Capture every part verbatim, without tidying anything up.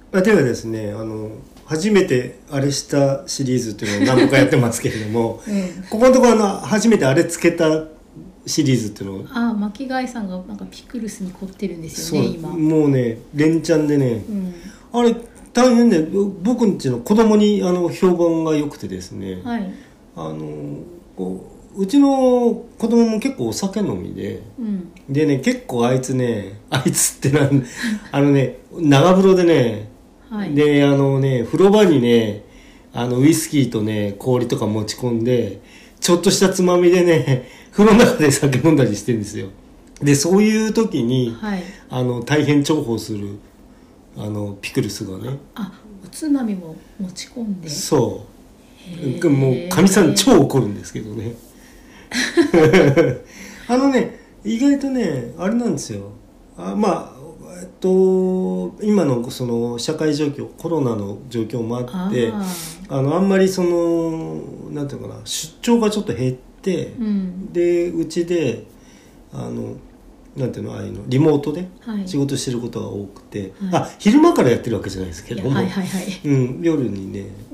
あではですね、あの初めてあれしたシリーズっていうのを何個かやってますけれども、うん、ここのところあの初めてあれつけたシリーズっていうのを、 ああ巻貝さんがなんかピクルスに凝ってるんですよね今。 もうね連チャンでね、うん、あれ大変ね、僕んちの子供にあの評判が良くてですね、はい、あのこううちの子供も結構お酒飲みで、うん、でね結構あいつねあいつってなんあのね長風呂でね、はい、であのね風呂場にねあのウイスキーとね氷とか持ち込んでちょっとしたつまみでね風呂の中で酒飲んだりしてるんですよ。でそういう時に、はい、あの大変重宝するあのピクルスがね、 あおつまみも持ち込んで、 そうもうかみさん超怒るんですけどねあのね意外とねあれなんですよ。あまあえっと今のその社会状況コロナの状況もあってああのあんまりそのなんていうかな出張がちょっと減って、うん、でうちであのなんていうのああいうのリモートで仕事してることが多くて、はい、あ昼間からやってるわけじゃないですけども、はいはいはいうん、夜にね、うん、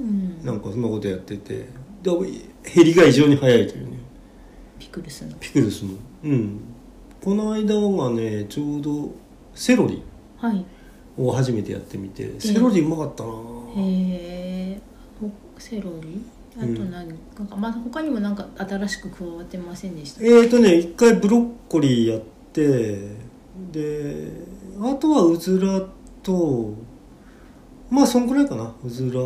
なんかそんなことやっててで減りが異常に早いというねピクルスのピクルスの、うん、この間がねちょうどセロリを初めてやってみて、はい、セロリうまかったな。 へえセロリあと何、うん、なんかまだ他にもなんか新しく加わってませんでした？ えーとね一回ブロッコリーやってであとはうずらとまあそんくらいかなうずら、うん、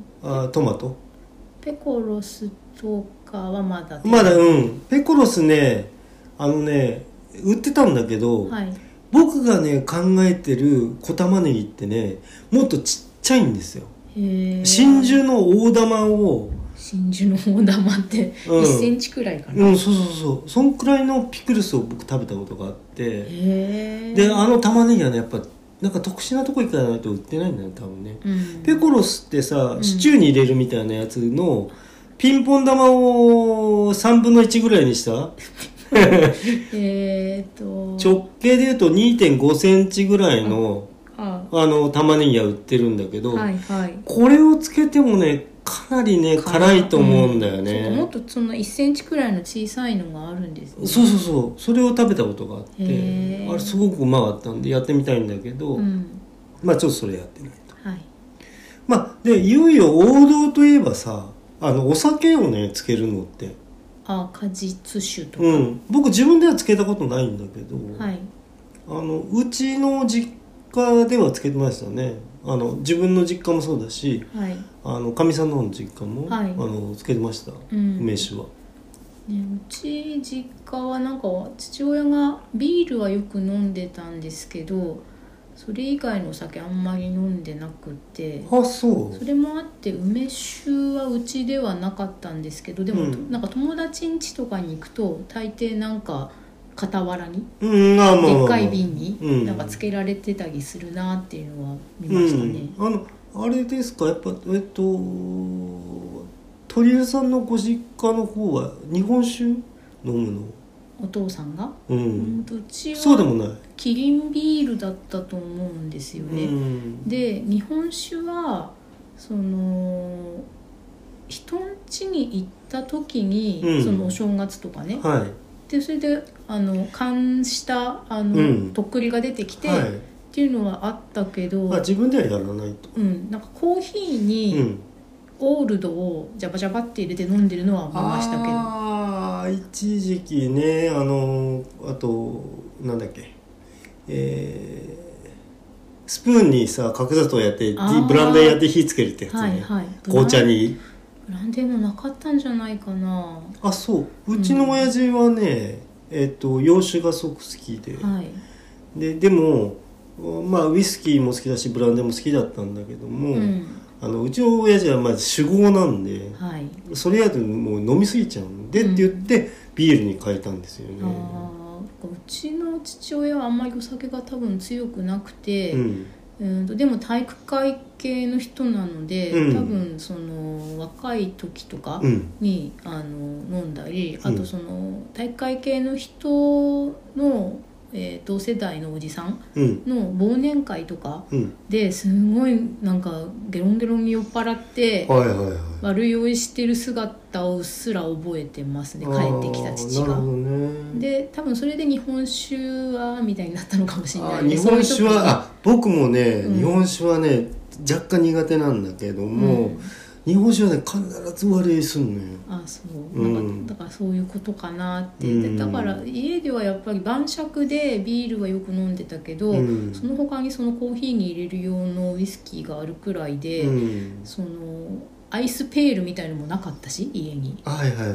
あトマトペコロスとかはまだまだうんペコロスねあのね売ってたんだけど、はい、僕がね考えてる小玉ねぎってねもっとちっちゃいんですよ。へ真珠の大玉を真珠の大玉っていっセンチくらいかな、 うん、うん、そうそうそうそんくらいのピクルスを僕食べたことがあってへであの玉ねぎはねやっぱなんか特殊なとこ行かないと売ってないんだよ多分ね、うん、ペコロスってさ、うん、シチューに入れるみたいなやつのピンポン玉をさんぶんのいちぐらいにしたえと直径でいうと にてんごセンチぐらいのああの玉ねぎが売ってるんだけど、はいはい、これをつけてもねかなりね辛いと思うんだよね、 うん、もっとそのいっセンチくらいの小さいのがあるんですね。 そうそうそうそれを食べたことがあってあれすごくうまかったんでやってみたいんだけど、うん、まあちょっとそれやってないと、はい、まあでいよいよ王道といえばさあのお酒をねつけるのってあ果実酒とか、 うん、僕自分ではつけたことないんだけど、はい、あのうちの実家ではつけてましたね。あの自分の実家もそうだし、はい、あのかみさんの方の実家も、はい、あのつけてました、うん、梅酒は、 ね、うち実家はなんか父親がビールはよく飲んでたんですけどそれ以外のお酒あんまり飲んでなくてあそうそれもあって梅酒はうちではなかったんですけどでも、うん、なんか友達ん家とかに行くと大抵なんか傍らに、うん、まあまあまあ、でっかい瓶になんかつけられてたりするなっていうのは見ましたね、 うん、あのあれですかやっぱえっと鳥居さんのご実家の方は日本酒飲むのお父さんが、うん、うちそうでもないはキリンビールだったと思うんですよね、うん、で日本酒はその人ん家に行った時に、うん、そのお正月とかね、はい、でそれであの缶したあの、うん、とっくりが出てきて、はい、っていうのはあったけど、 あ自分ではやらないと、 うん、なんかコーヒーにオールドをジャバジャバって入れて飲んでるのは見ましたけど、 ああ一時期ねあのあとなんだっけえー、スプーンにさ角砂糖やってブランデーやって火つけるってやつね、はいはい、紅茶にブランデーのなかったんじゃないかなあそううちの親父はね、うんえー、と洋酒がすごく好きで、はい、ででもまあウイスキーも好きだしブランデーも好きだったんだけども、うん、あのうちの親父はまず酒豪なんで、はい、それやともう飲みすぎちゃうんで、うん、って言ってビールに変えたんですよね。 あうちの父親はあんまりお酒が多分強くなくて、うんうん、でも体育会系の人なので、うん、多分その若い時とかに、うん、あの飲んだりあとその体育会系の人のえー、同世代のおじさんの忘年会とかですごいなんかゲロンゲロンに酔っ払って悪酔いしてる姿をうっすら覚えてますね、帰ってきた父が。ね、で多分それで日本酒はみたいになったのかもしれない、ね、 日本酒はあ僕もね、うん、日本酒はね若干苦手なんだけども、うん日本酒はね必ず悪いすんのよ。 あそう、なんかだからそういうことかなって、うん、だから家ではやっぱり晩酌でビールはよく飲んでたけど、うん、その他にそのコーヒーに入れる用のウイスキーがあるくらいで、うん、そのアイスペールみたいのもなかったし家に、 はいはいはい、うん、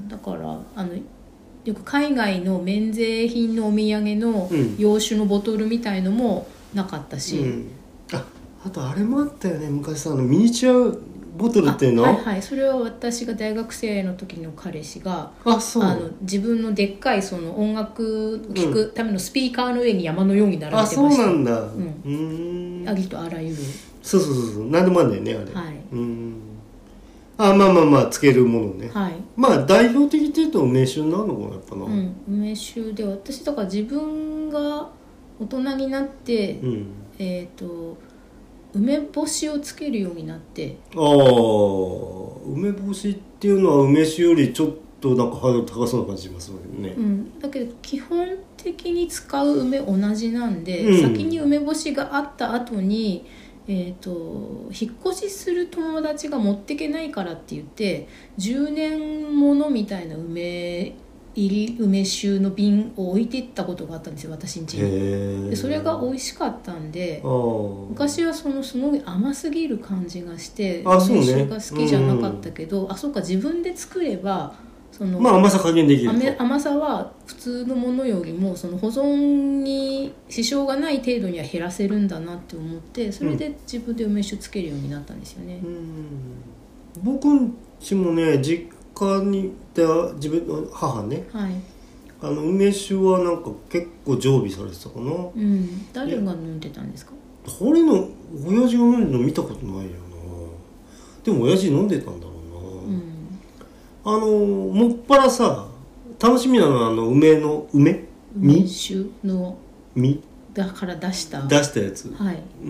だからあのよく海外の免税品のお土産の洋酒のボトルみたいのもなかったし、うん、 あ, あとあれもあったよね昔さあのミニチュアボトルっていうの？ はいはい、それは私が大学生の時の彼氏があそうあの自分のでっかいその音楽を聴くためのスピーカーの上に山のように並べてました。 あそうなんだ、 うん、うんありとあらゆるそうそうそうそう何でもあるんだよねあれ、はい、うんあまあまあまあつけるものね、はい、まあ代表的っていうと梅酒になるのかなやっぱな、うん、 梅酒で私だから自分が大人になって、うん、えっ、ー、と梅干しをつけるようになって。 ああ梅干しっていうのは梅酒よりちょっとなんかハードル高そうな感じしますよね、 うん、だけど基本的に使う梅同じなんで、うん、先に梅干しがあった後に、えーと、引っ越しする友達が持ってけないからって言ってじゅうねんものみたいな梅入り梅酒の瓶を置いていったことがあったんですよ私ん家に。でそれが美味しかったんで昔はそのすごい甘すぎる感じがして梅酒が好きじゃなかったけど あ,、ねうん、あそうか自分で作ればその、 まあ、甘さ加減できると甘さは普通のものよりもその保存に支障がない程度には減らせるんだなって思ってそれで自分で梅酒つけるようになったんですよね、うん、 僕んちもね実家にいた自分の母ね、はい、あの梅酒はなんか結構常備されてたかな、 うん、誰が飲んでたんですか？ 俺の親父が飲んでるの見たことないよな。でも親父飲んでたんだろうな、うん、あのもっぱらさ楽しみなのはあの梅の梅梅酒の実だから出した出したやつ、 はい、 うん、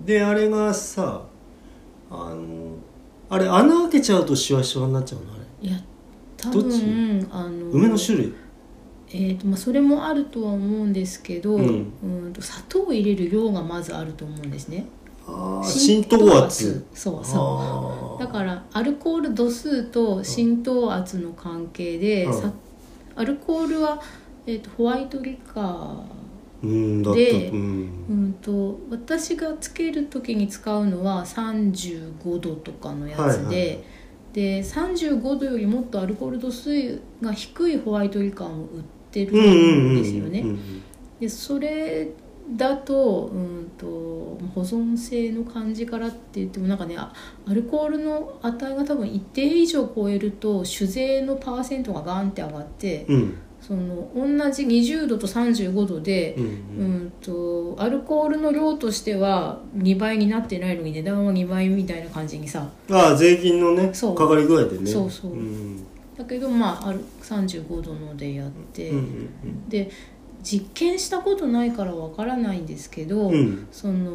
であれがさあのあれ穴開けちゃうとシワシワになっちゃうのあれいや多分あの梅の種類、 えーとまあ、それもあるとは思うんですけど、うん、うんと砂糖を入れる量がまずあると思うんですね。 あ浸透圧そうそうだからアルコール度数と浸透圧の関係で、うん、アルコールは、えーとホワイトリカーで、うんうんうん、と私がつける時に使うのはさんじゅうごどとかのやつで、はいはいでさんじゅうごどよりもっとアルコール度数が低いホワイトリカーも売ってるんですよね。でそれだと、うんと保存性の感じからって言ってもなんかねアルコールの値が多分一定以上超えると酒税のパーセントがガンって上がって、うんその同じにじゅうどとさんじゅうごどで、うんうんうんとアルコールの量としてはにばいになってないのに値段はにばいみたいな感じにさああ税金のねかかり具合でねそうそう、うん、だけどまあさんじゅうごどのでやって、うんうんうん、で実験したことないからわからないんですけど、うん、その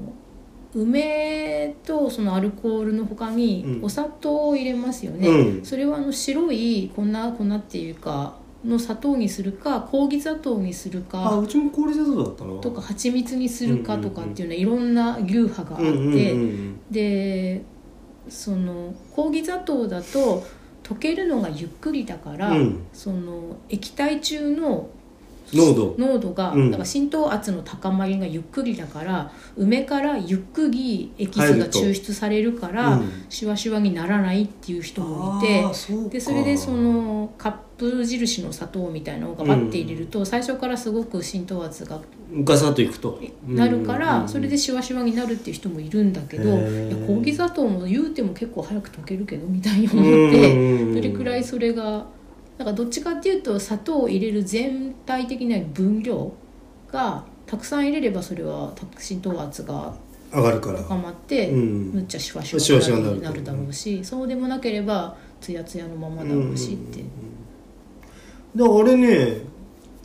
梅とそのアルコールの他にお砂糖を入れますよね、うん、それはあの白い粉粉っていうかの砂糖にするか麹砂糖にするかあうちも麹砂糖だったなとか蜂蜜にするかとかっていうのはいろんな流派があって、うんうんうんうん、でその麹砂糖だと溶けるのがゆっくりだから、うん、その液体中の濃度濃度が、うん、だから浸透圧の高まりがゆっくりだから梅からゆっくりエキスが抽出されるから、うん、シワシワにならないっていう人もいてそでそれでそのカップ印の砂糖みたいなのがバッて入れると、うん、最初からすごく浸透圧がガサッといくとなるから、うん、それでシワシワになるっていう人もいるんだけどいや麹砂糖も言うても結構早く溶けるけどみたいに思ってどれくらいそれがだからどっちかっていうと砂糖を入れる全体的な分量がたくさん入れればそれは浸透圧が上がるから高まって、うん、むっちゃシワシワになるだろうし、うん、そうでもなければツヤツヤのままだろうしって、 うんうんうん、だからあれね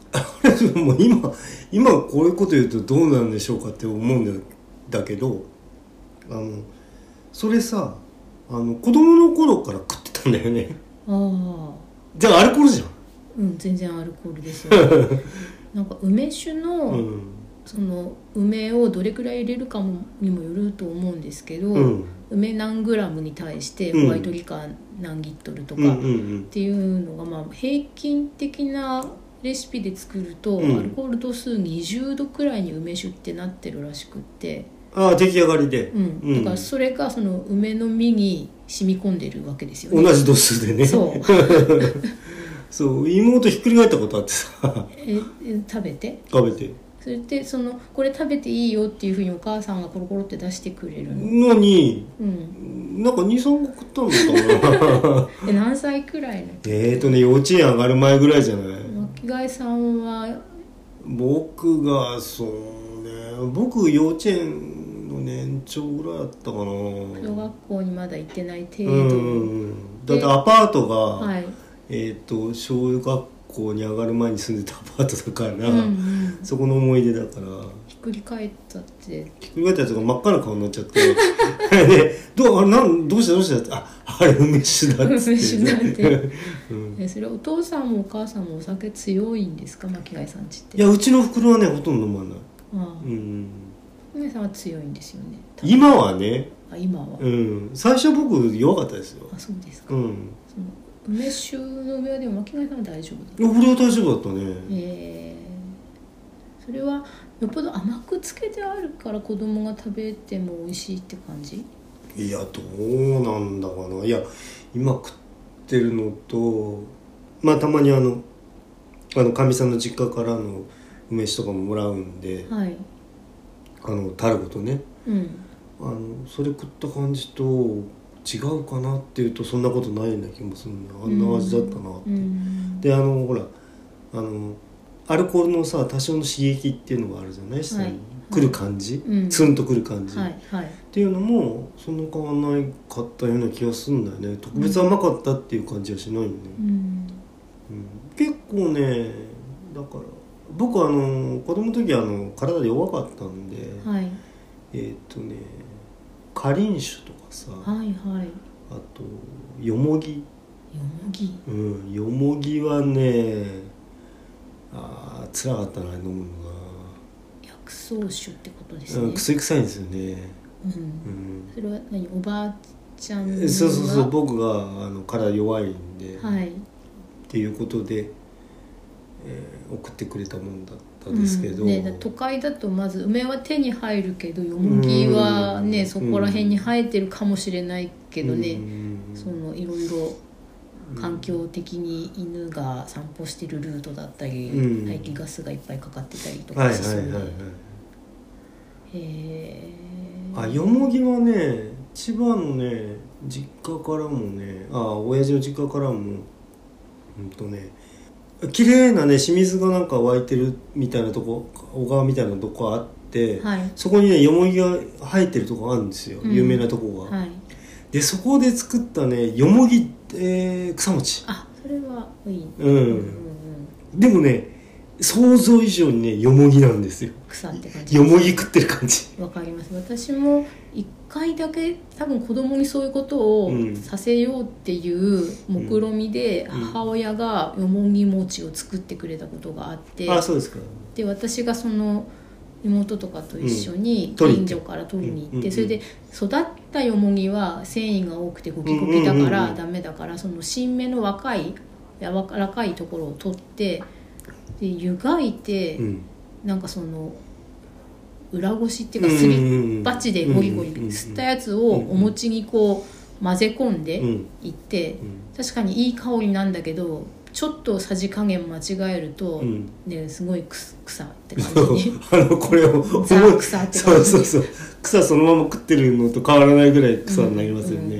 もう今今こういうこと言うとどうなんでしょうかって思うんだけど、あのそれさ、あの子供の頃から食ってたんだよね。ああ、じゃあアルコールじゃん。 うん、全然アルコールですよ、ね、なんか梅酒の、うん、その梅をどれくらい入れるかにもよると思うんですけど、うん、梅何グラムに対してホワイトリカー何リットルとかっていうのが、まあ、平均的なレシピで作ると、うん、アルコール度数にじゅうどくらいに梅酒ってなってるらしくって、 ああ出来上がりで、 うん、だからそれがその梅の実に染み込んでるわけですよね。 同じ度数でね。 そうそう妹ひっくり返ったことあってさえ食べて食べてそれでそのこれ食べていいよっていうふうにお母さんがコロコロって出してくれるのに、うん、なんか にさんこ食ったのかなえ何歳くらいのえーとね幼稚園上がる前ぐらいじゃない。 巻貝さんは僕がそうね僕幼稚園の年長ぐらいだったかな。 小学校にまだ行ってない程度、うん、 だってアパートが、はい、えーと小学校に上がる前に住んでたアパートだから、うんうん、そこの思い出だから。 ひっくり返ったってひっくり返ったやつが真っ赤な顔になっちゃってでどうあれなんどうしたどうしたってああれ梅酒だっつって梅酒だって、 うん、それお父さんもお母さんもお酒強いんですか巻貝さんちって。 いやうちの袋はねほとんど飲まない。ああ、 うん、梅さんは強いんですよね今はね。 あ今は、 うん、最初僕弱かったですよ。 あそうですか、うん、その梅酒の上でも巻貝さんは大丈夫だった。俺は大丈夫だったね。 えー、それはよっぽど甘くつけてあるから子供が食べても美味しいって感じ。 いやどうなんだかな。いや今食ってるのとまあたまにあのあのかみさんの実家からの梅酒とかももらうんで、はい、あのタルゴとね、うん、あのそれ食った感じと違うかなっていうとそんなことないような気もするね。あんな味だったなって、うん、であのほらあのアルコールのさ多少の刺激っていうのがあるじゃない下に、はい、来る感じ、はい、ツンと来る感じ、はいはい、っていうのもそんな変わんないかったような気がするんだよね。特別甘かったっていう感じはしないんだよ、うんうん、結構ねだから僕あの子供の時はあの体弱かったんで、はい、えー、っとねカリン酒とかさ、はいはい、あとよもぎよもぎ、 うん、よもぎはねああ辛かったな飲むのが。 薬草酒ってことですね、 うん、薬臭いんですよね、うんうん、 それは何おばあちゃんがそうそうそう僕があの体弱いんで、はい、っていうことで、えー、送ってくれたもんだったんですけど、 うんね、都会だとまず梅は手に入るけどよもぎはね、うん、そこら辺に生えてるかもしれないけどね、うん、そのいろいろ環境的に犬が散歩してるルートだったり、うん、排気ガスがいっぱいかかってたりとかしそうで、へえ。あよもぎはね千葉のね実家からもねあ親父の実家からもうんとね綺麗なね清水がなんか湧いてるみたいなとこ小川みたいなとこあって、はい、そこにねよもぎが生えてるとこあるんですよ、うん、有名なとこが、はい、でそこで作ったねよもぎ、えー、草餅。 あそれはいい、 うんうんうん、でもね想像以上にねよもぎなんですよ。 草って感じよもぎ食ってる感じ。 わかります。私も一回だけ多分子供にそういうことをさせようっていう目論みで母親がよもぎ餅を作ってくれたことがあって、 うん、あそうですか。 で私がその妹とかと一緒に近所から取りに行って、それで育ったよもぎは繊維が多くてゴキゴキだからダメだから、その新芽の若い柔らかいところを取ってで湯がいて、なんかその裏ごしっていうかすり鉢でゴリゴリ吸ったやつをお餅にこう混ぜ込んでいって、確かにいい香りなんだけどちょっとさじ加減間違えると、うん、ねすごい草って感じにあのこれをザ草って感じにそうそうそう草そのまま食ってるのと変わらないぐらい草になりますよね。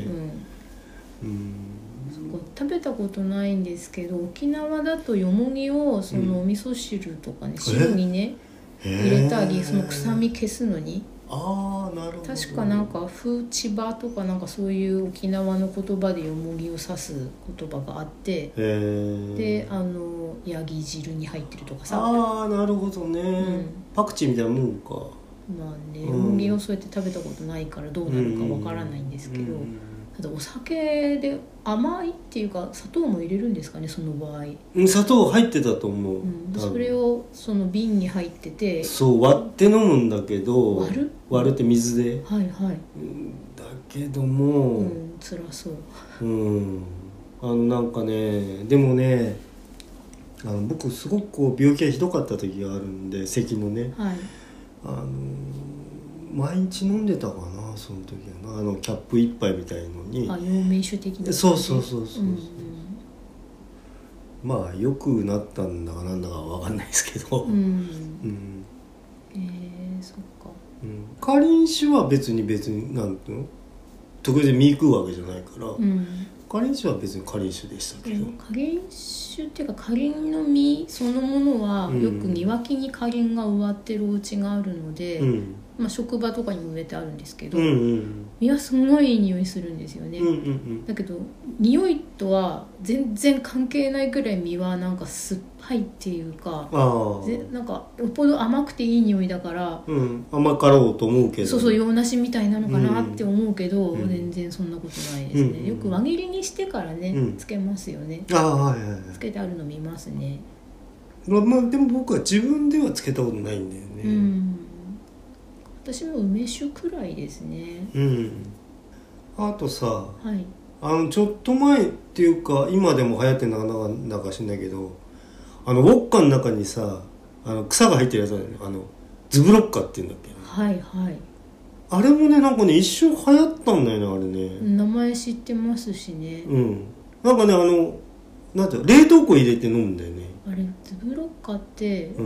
食べたことないんですけど沖縄だとよもぎをそのお味噌汁とかね、うん、汁にね入れたりその臭み消すのにあなるほど。 確かなんか風千葉とかなんかそういう沖縄の言葉でよもぎを指す言葉があって、であのヤギ汁に入ってるとかさ。 ああなるほどね、うん、パクチーみたいなもんか。 まあね、よもぎをそうやって食べたことないからどうなるかわからないんですけど、うんうん、ただお酒で甘いっていうか砂糖も入れるんですかね、その場合。 砂糖入ってたと思う、うん、 それをその瓶に入ってて、 そう割って飲むんだけど、 割る割るって水で、 はいはい、 だけども、 うん、辛そう、 うん、あのなんかね、でもね、あの僕すごくこう病気がひどかった時があるんで、咳のね、 はい、 あの毎日飲んでたかな、その時はな、あのキャップ一杯みたいのに、 あ、陽明酒的な。 そうそうそうそうそう、うんうん、まあ良くなったんだかなんだか分かんないですけど、うん、うん、 えー、そっか、 うん、かりん酒は別に別になんていうの特別に身食うわけじゃないから、うん、かりん酒は別にかりん酒でしたけど、 かりん酒っていうかかりんの実そのものはよく庭木にかりんが植わってるお家があるので、うん、まあ、職場とかにも植えてあるんですけど、うんうん、実はすごいいい匂いするんですよね、うんうんうん、だけど匂いとは全然関係ないくらい実はなんか酸っぱいっていうか、ぜなんかよっぽど甘くていい匂いだから、 うん、甘かろうと思うけど、 そうそう洋梨みたいなのかなって思うけど、うん、全然そんなことないですね、うんうん、よく輪切りにしてからね、うん、つけますよね。 あ、はいはいはい、 つけてあるの見ますね。 まあでも僕は自分ではつけたことないんだよね、うん、 私も梅酒くらいですね。 うん。あとさ、 はい、 あのちょっと前っていうか今でも流行ってるのかなんか知んないけど、あのウォッカの中にさ、あの草が入ってるやつだよね、あのズブロッカっていうんだっけ、 はいはい、 あれもねなんかね一瞬流行ったんだよね、あれね。 名前知ってますしね。 うん。なんかねあのなんていう冷凍庫入れて飲むんだよね。 あれズブロッカって、うん、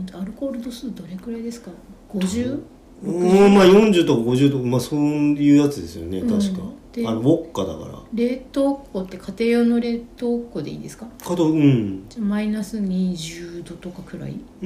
アルコール度数どれくらいですか？ ごじゅう？ うん、まあよんじゅうとかごじゅうとか、まあそういうやつですよね、確か、うん、あのウォッカだから。冷凍庫って家庭用の冷凍庫でいいですか？ かと、うん、 マイナスにじゅうどとかくらい。 うん、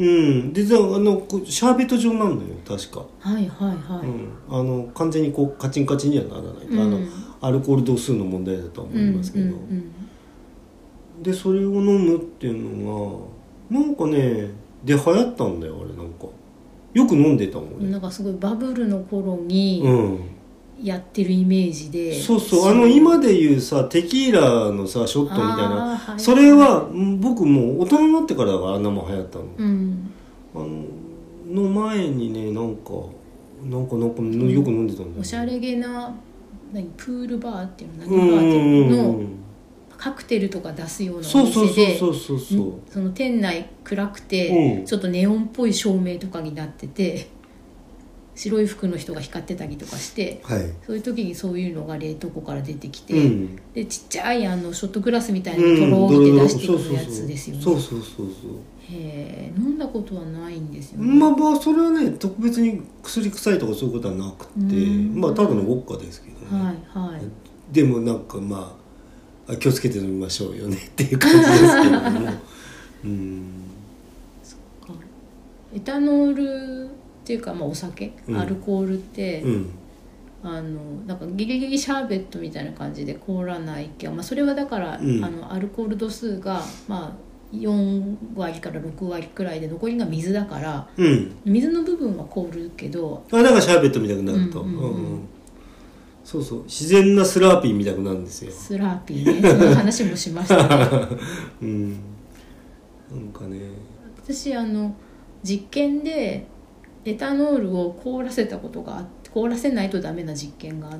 であのシャーベット状なんだよ確か。 はいはいはい、うん、 あの完全にこうカチンカチンにはならない、うん、あのアルコール度数の問題だとは思いますけど、うんうんうん、でそれを飲むっていうのがなんかねで流行ったんだよ、あれなんかよく飲んでたもんね。 なんかすごいバブルの頃にやってるイメージで、 うん、そうそう、あの今でいうさテキーラのさショットみたいな、はい、それは僕もう大人になってからだからあんなもん流行ったの、うん、あのの前にねなんかなんかなんかよく飲んでたんだよ、ね、 おしゃれげな何プールバーっていうの何バーっていうののカクテルとか出すようなお店で、その店内暗くて、うん、ちょっとネオンっぽい照明とかになってて白い服の人が光ってたりとかして、はい、そういう時にそういうのが冷凍庫から出てきて、うん、でちっちゃいあのショットグラスみたいなとろーって出してくるやつですよね。 そうそうそうそう。 へえ、飲んだことはないんですよね。 まあまあそれはね特別に薬臭いとかそういうことはなくて、まあただのウォッカですけどね、はいはい、でもなんかまあ気をつけて飲みましょうよねっていう感じですけれどもうん、 そっか。エタノールっていうか、まあ、お酒、うん、アルコールって、うん、あのなんかギリギリシャーベットみたいな感じで凍らないけど、まあ、それはだから、うん、あのアルコール度数が、まあ、よんわりからろくわりくらいで残りが水だから、うん、水の部分は凍るけど、 あだからシャーベットみたくなると、うんうんうんうん、そうそう自然なスラーピーみたくなるんですよ。 スラーピーね、その話もしましたね、 うん、なんかね私あの実験でエタノールを凍らせたことがあって、凍らせないとダメな実験があって、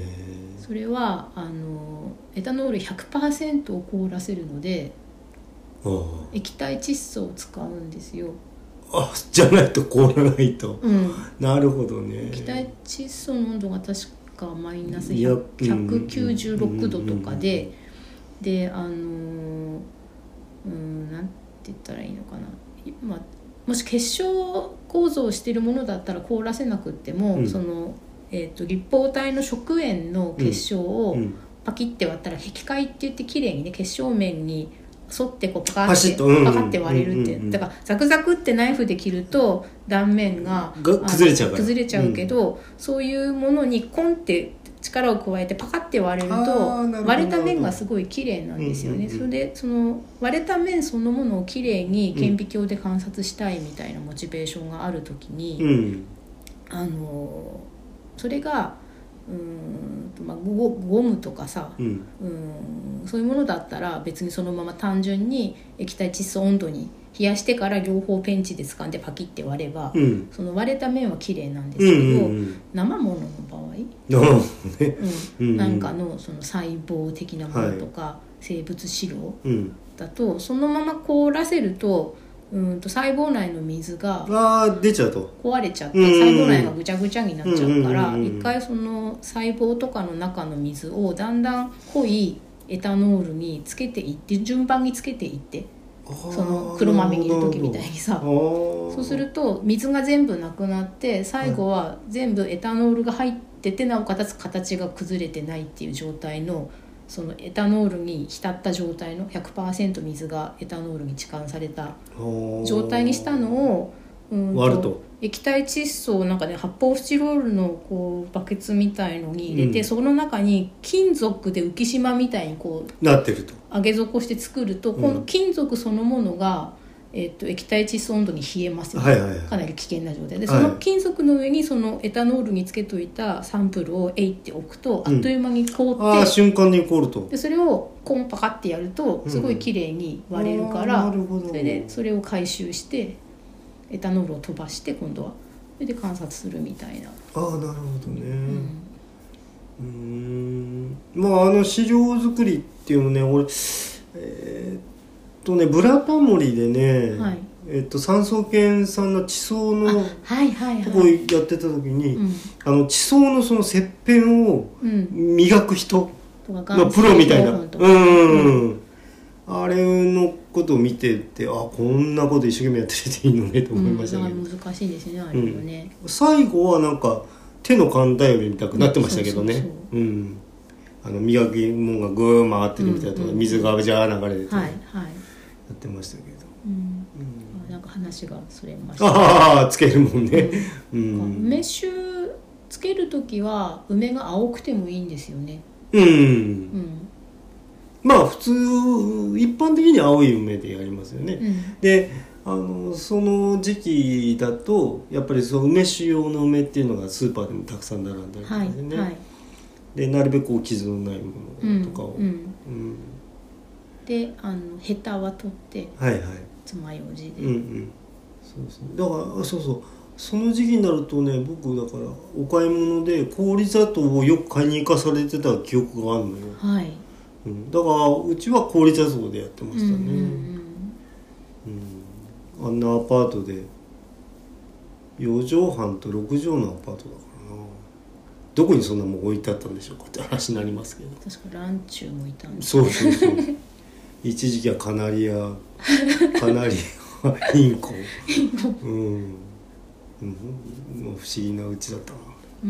それはあのエタノール ひゃくパーセント を凍らせるので液体窒素を使うんですよ。 あ、じゃないと凍らないと、うん、なるほどね。 液体窒素の温度が確かマイナスひゃくきゅうじゅうろくどとかで、であのうんなんて言ったらいいのかな、まあもし結晶構造をしているものだったら凍らせなくっても、うん、その、えーと、立方体の食塩の結晶をパキッて割ったら、うん、壁塊って言ってきれいにね結晶面に沿ってこうパカッて、うん、パカッて割れるって、うんうんうん、だからザクザクってナイフで切ると断面が崩れちゃうから崩れちゃうけど、うん、そういうものにコンって力を加えてパカッて割れると割れた面がすごい綺麗なんですよね、うんうんうん、それでその割れた面そのものを綺麗に顕微鏡で観察したいみたいなモチベーションがあるときに、うん、あのそれがうーん、まあ、ゴ, ゴムとかさ、うん、うんそういうものだったら別にそのまま単純に液体窒素温度に冷やしてから両方ペンチで掴んでパキッて割れば、うん、その割れた面は綺麗なんですけど、うんうんうん、生ものの場合、うん、なんかのその細胞的なものとか、はい、生物飼料だと、そのまま凍らせるとうんと細胞内の水が出ちゃうと壊れちゃって細胞内がぐちゃぐちゃになっちゃうから、一回その細胞とかの中の水をだんだん濃いエタノールにつけていって順番につけていって、その黒豆にいる時みたいにさ、そうすると水が全部なくなって最後は全部エタノールが入っててなおかつ形が崩れてないっていう状態のそのエタノールに浸った状態の ひゃくパーセント 水がエタノールに置換された状態にしたのをうん割ると液体窒素をなんかね発泡スチロールのこうバケツみたいのに入れて、うん、その中に金属で浮島みたいにこうなってると上げ底して作ると、うん、この金属そのものがえっと、液体窒素温度に冷えますよね、はいはいはい、かなり危険な状態で、その金属の上にそのエタノールにつけといたサンプルをえいって置くと、あっという間に凍って、うん、 あ瞬間に凍るとでそれをコンパカってやるとすごい綺麗に割れるから、うん、それでそれを回収してエタノールを飛ばして今度はそれで観察するみたいな。 ああなるほどね、うんうーんまああの飼料作りっていうのね俺えーとね、ブラタモリでね、はいえっと、産総研さんの地層のとこやってた時に、うん、あの地層のその切片を磨く人のプロみたいな、うんうん、あれのことを見ててあこんなこと一生懸命やってていいのねと思いましたけど、 うん、難しいですねあれもね、 うん、最後はなんか手の簡単より見たくなってましたけどね、そうそうそう、うんあの磨きもんがグー回ってるみたいなとか、うんうん、水がじゃー流れてて、はいはいやってましたけど、うんうん、なんか話がそれました、 ああつけるもんね、うん、 梅酒つけるときは梅が青くてもいいんですよね、 うん、うん、まあ普通一般的に青い梅でやりますよね、うん、であのその時期だとやっぱりその梅酒用の梅っていうのがスーパーでもたくさん並んだりとかでね、はいはい、でなるべく傷のないものとかを、うんうんうんであのヘタは取って爪楊枝で、うんうん、 そうですね、だからそうそうその時期になるとね僕だからお買い物で氷砂糖をよく買いに行かされてた記憶があるのよ、はいうん、だからうちは氷砂糖でやってましたね、うんうんうん、あんなアパートでよ畳半とろく畳のアパートだからなどこにそんなもん置いてあったんでしょうかって話になりますけど確かランチューもいたんですそうそうそう一時期はカナリアカナリアインコうん、うん、不思議なうちだったなうん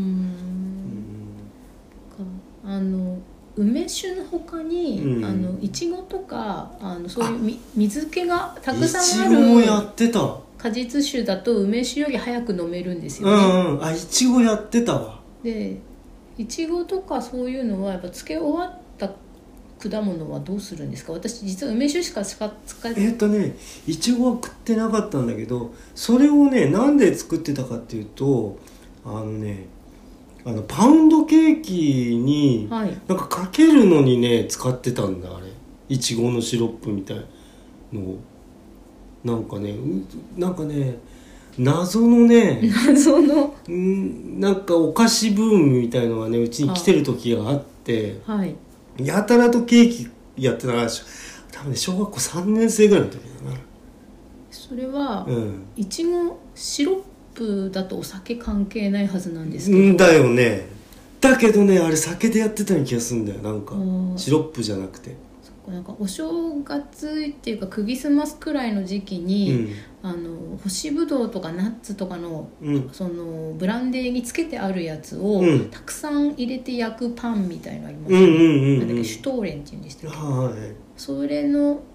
うんあの梅酒の他に、うん、あのいちごとかあのそういうみ水気がたくさんあるいちごもやってた果実酒だと梅酒より早く飲めるんですよね、 うんうん、あいちごやってたわでいちごとかそういうのはやっぱ漬け終わった果物はどうするんですか？私実は梅酒しか使ってえーっとねいちごは食ってなかったんだけどそれをねなんで作ってたかっていうとあのねあのパウンドケーキになんかかけるのにね使ってたんだあれいちごのシロップみたいのをなんかねなんかね謎のね謎のんなんかお菓子ブームみたいのがねうちに来てる時があって、はいやたらとケーキやってたから多分ね小学校さんねん生ぐらいの時だなそれは、うん、いちごシロップだとお酒関係ないはずなんですけどんだよねだけどねあれ酒でやってたような気がするんだよなんかシロップじゃなくてなんかお正月っていうかクリスマスくらいの時期に、うん、あの干しぶどうとかナッツとかの、うん、そのブランデーにつけてあるやつを、うん、たくさん入れて焼くパンみたいなのありますよね、うんうんうんうん、なんだっけシュトーレンっていうんでしたっけ、はい、それの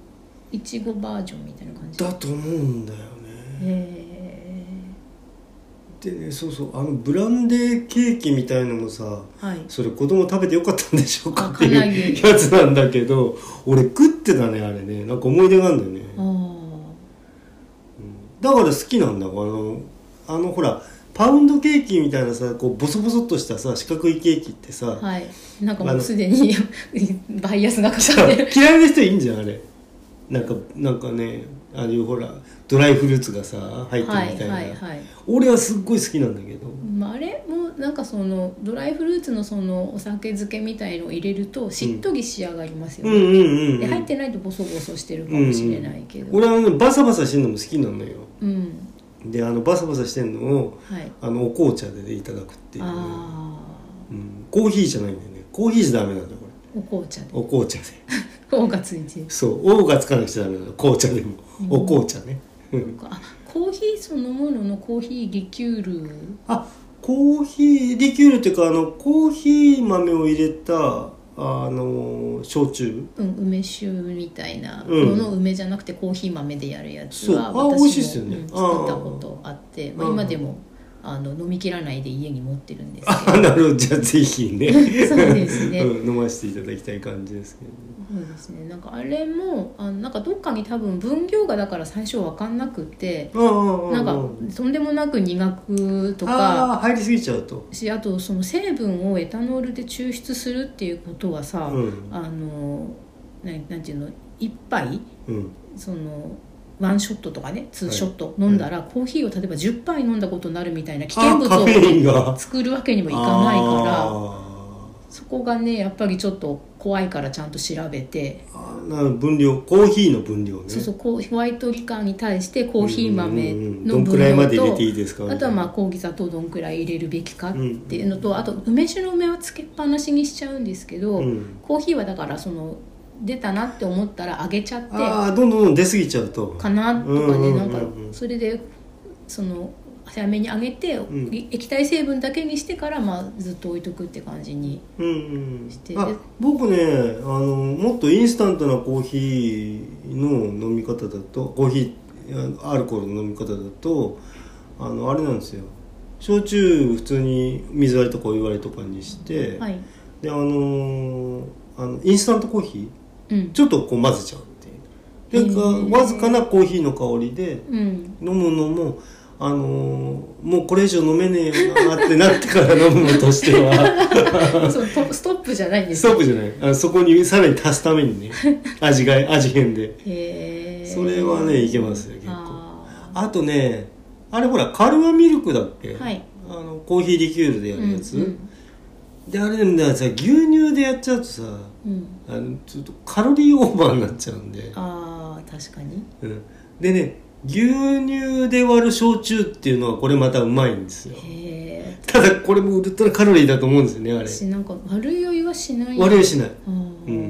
いちごバージョンみたいな感じだと思うんだよね。 へでね、そうそう、あのブランデーケーキみたいのもさ、 はい、 それ子供食べてよかったんでしょうかっていうやつなんだけど、俺食ってたねあれね。なんか思い出があるんだよね。あ、うん、だから好きなんだ。あのあのほらパウンドケーキみたいなさ、こうボソボソっとしたさ四角いケーキってさ、 はい、なんかもうすでにバイアスがかかってる。 嫌いな人いいんじゃんあれ。なんかなんかね、ああいうほらドライフルーツがさ入ってるみたいな、はいはいはい、俺はすっごい好きなんだけど、 まあ、あれもなんかそのドライフルーツのそのお酒漬けみたいのを入れるとしっとり仕上がりますよね、うんうんうんうん、で入ってないとボソボソしてるかもしれないけど、 うんうん、俺は、ね、バサバサしてるのも好きなのよ、 うん、 であのバサバサしてるのを、はい、あのお紅茶で、ね、いただくっていう、ね、あ、うん、コーヒーじゃないんだよね。コーヒーじゃダメなんだこれ。お紅茶で。 お紅茶でおがついてる。 そうおがつかなくちゃダメなの。紅茶でも、うん、お紅茶ねあ、コーヒーそのもののコーヒーリキュール。 あ、コーヒーリキュールっていうかあのコーヒー豆を入れたあの焼酎、 うん、梅酒みたいなのの梅じゃなくてコーヒー豆でやるやつは、 うん、あ、美味しいですよね、うん、 作ったことあって、まあ、今でもあの飲み切らないで家に持ってるんですけど。 あ、なるほど。じゃあぜひねそうですね、 うん、飲ませていただきたい感じですけど、ね、 そうですね。なんかあれもあのなんかどっかに多分分量がだから最初分かんなくて、なんかとんでもなく苦くとかあ入りすぎちゃうとし、あとその成分をエタノールで抽出するっていうことはさ、うん、あの な, なんていうの一杯、うん、そのワンショットとかねツーショット飲んだら、はい、コーヒーを例えばじゅっぱい飲んだことになるみたいな危険物を、ね、作るわけにもいかないから、そこがねやっぱりちょっと怖いからちゃんと調べて、 あな分量コーヒーの分量ね、 そうそうホワイトリカーに対してコーヒー豆の分量と、 どんくらいまで入れていいですか、 あとはまあ香味砂糖どんくらい入れるべきかっていうのと、うん、あと梅酒の梅はつけっぱなしにしちゃうんですけど、うん、コーヒーはだからその出たなって思ったら揚げちゃって、 あどんどんどん出過ぎちゃうとかなとかね、なんかそれでその早めに揚げて、うん、液体成分だけにしてから、まあ、ずっと置いとくって感じにして、うんうん、 あ僕ねあのもっとインスタントなコーヒーの飲み方だとコーヒーアルコールの飲み方だとあのあれなんですよ、焼酎普通に水割りとかお湯割りとかにして、はい、であのあのインスタントコーヒー、うん、ちょっとこう混ぜちゃうっていう、でわずかなコーヒーの香りで飲むのも、うんあのー、もうこれ以上飲めねえよなってなってから飲むのとしてはそうストップじゃないんですストップじゃないあそこにさらに足すためにね味が味変でへそれはねいけますよ結構 あ, あとねあれほらカルアミルクだっけ、はい、あのコーヒーリキュールでやるやつ、うんうん、であれでもさ牛乳でやっちゃうとさ、うん、あのちょっとカロリーオーバーになっちゃうんでああ確かに、 うん、でね牛乳で割る焼酎っていうのはこれまたうまいんですよ。へただこれもウルトラカロリーだと思うんですよねあれ。 私なんか悪酔いはしない悪酔いしない、うん、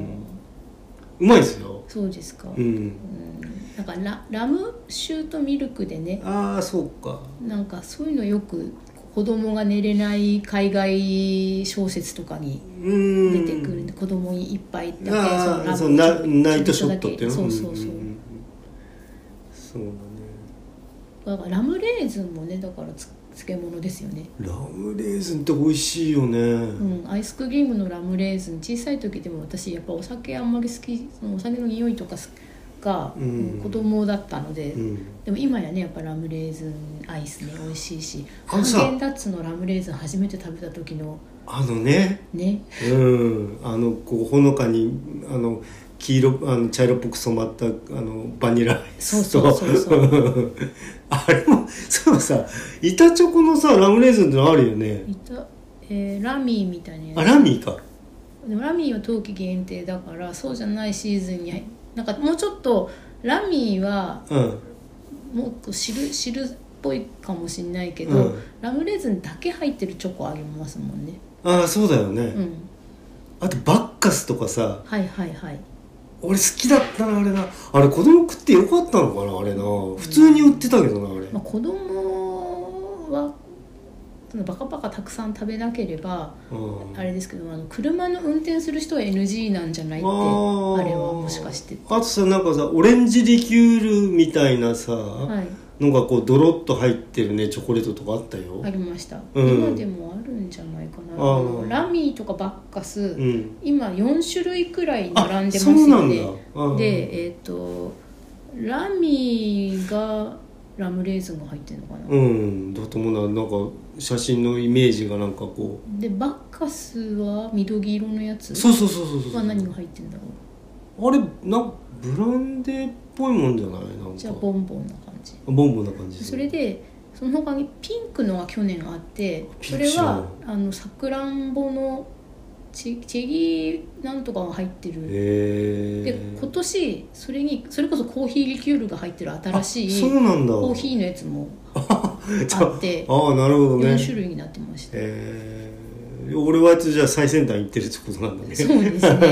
うまいですよ。 そうですか、うんうん、なんか ラ, ラム酒とミルクでねああそうかなんかそういうのよく子供が寝れない海外小説とかに出てくるんで子供に一杯だけあそのラムナイトショットっていうのそうそうそう、うんうん、そうだね。だからラムレーズンもねだからつ漬物ですよね。 ラムレーズンって美味しいよね、 うん、アイスクリームのラムレーズン小さい時でも私やっぱお酒あんまり好きそのお酒の匂いとかが、うん、子供だったので、うん、でも今やねやっぱラムレーズンアイスね美味しいしハーゲンダッツのラムレーズン初めて食べた時のあのねねうんあのこうほのかにあの黄色あの茶色っぽく染まったあのバニラアイスとそうそうそうそうあれもそうさ板チョコのさラムレーズンってのあるよね。 板、えー、ラミーみたいなやつ。 あラミーか。 でもラミーは冬季限定だからそうじゃないシーズンになんかもうちょっとラミーは、うん、もっと汁汁っぽいかもしれないけど、うん、ラムレーズンだけ入ってるチョコありますもんね。 ああそうだよね、うん、あとバッカスとかさはいはいはい俺好きだったなあれなあれ子供食ってよかったのかなあれな普通に売ってたけどなあれ、 まあ、子供はそのバカバカたくさん食べなければあれですけど、あの車の運転する人は エヌジー なんじゃないって、あれはもしかして。 あとさ、なんかさオレンジリキュールみたいなさ、はい、のがこうドロッと入ってるねチョコレートとかあったよ。 ありました、うん、今でもあるんじゃないかな。あのラミーとかバッカス、うん、今よん種類くらい並んでますよね。で、えっ、ー、とラミーがラムレーズンが入ってるのかな。うんだと思うな。なんか写真のイメージがなんかこうで、バッカスは緑色のやつ。 そうそうそうそうそう。 は何が入ってるんだろう。あれなんブランデーっぽいもんじゃない。なんかじゃあボンボンな感じ。 ボンボンな感じ。 それでその他にピンクのが去年あって、それはあのさくらんぼのチチェリーなんとかが入ってる。で今年それにそれこそコーヒーリキュールが入ってる新しいそうなんだコーヒーのやつもあってああなるほどね。 よん種類になってました。 へえ俺はじゃあ最先端行ってるってことなんだね。 そうですね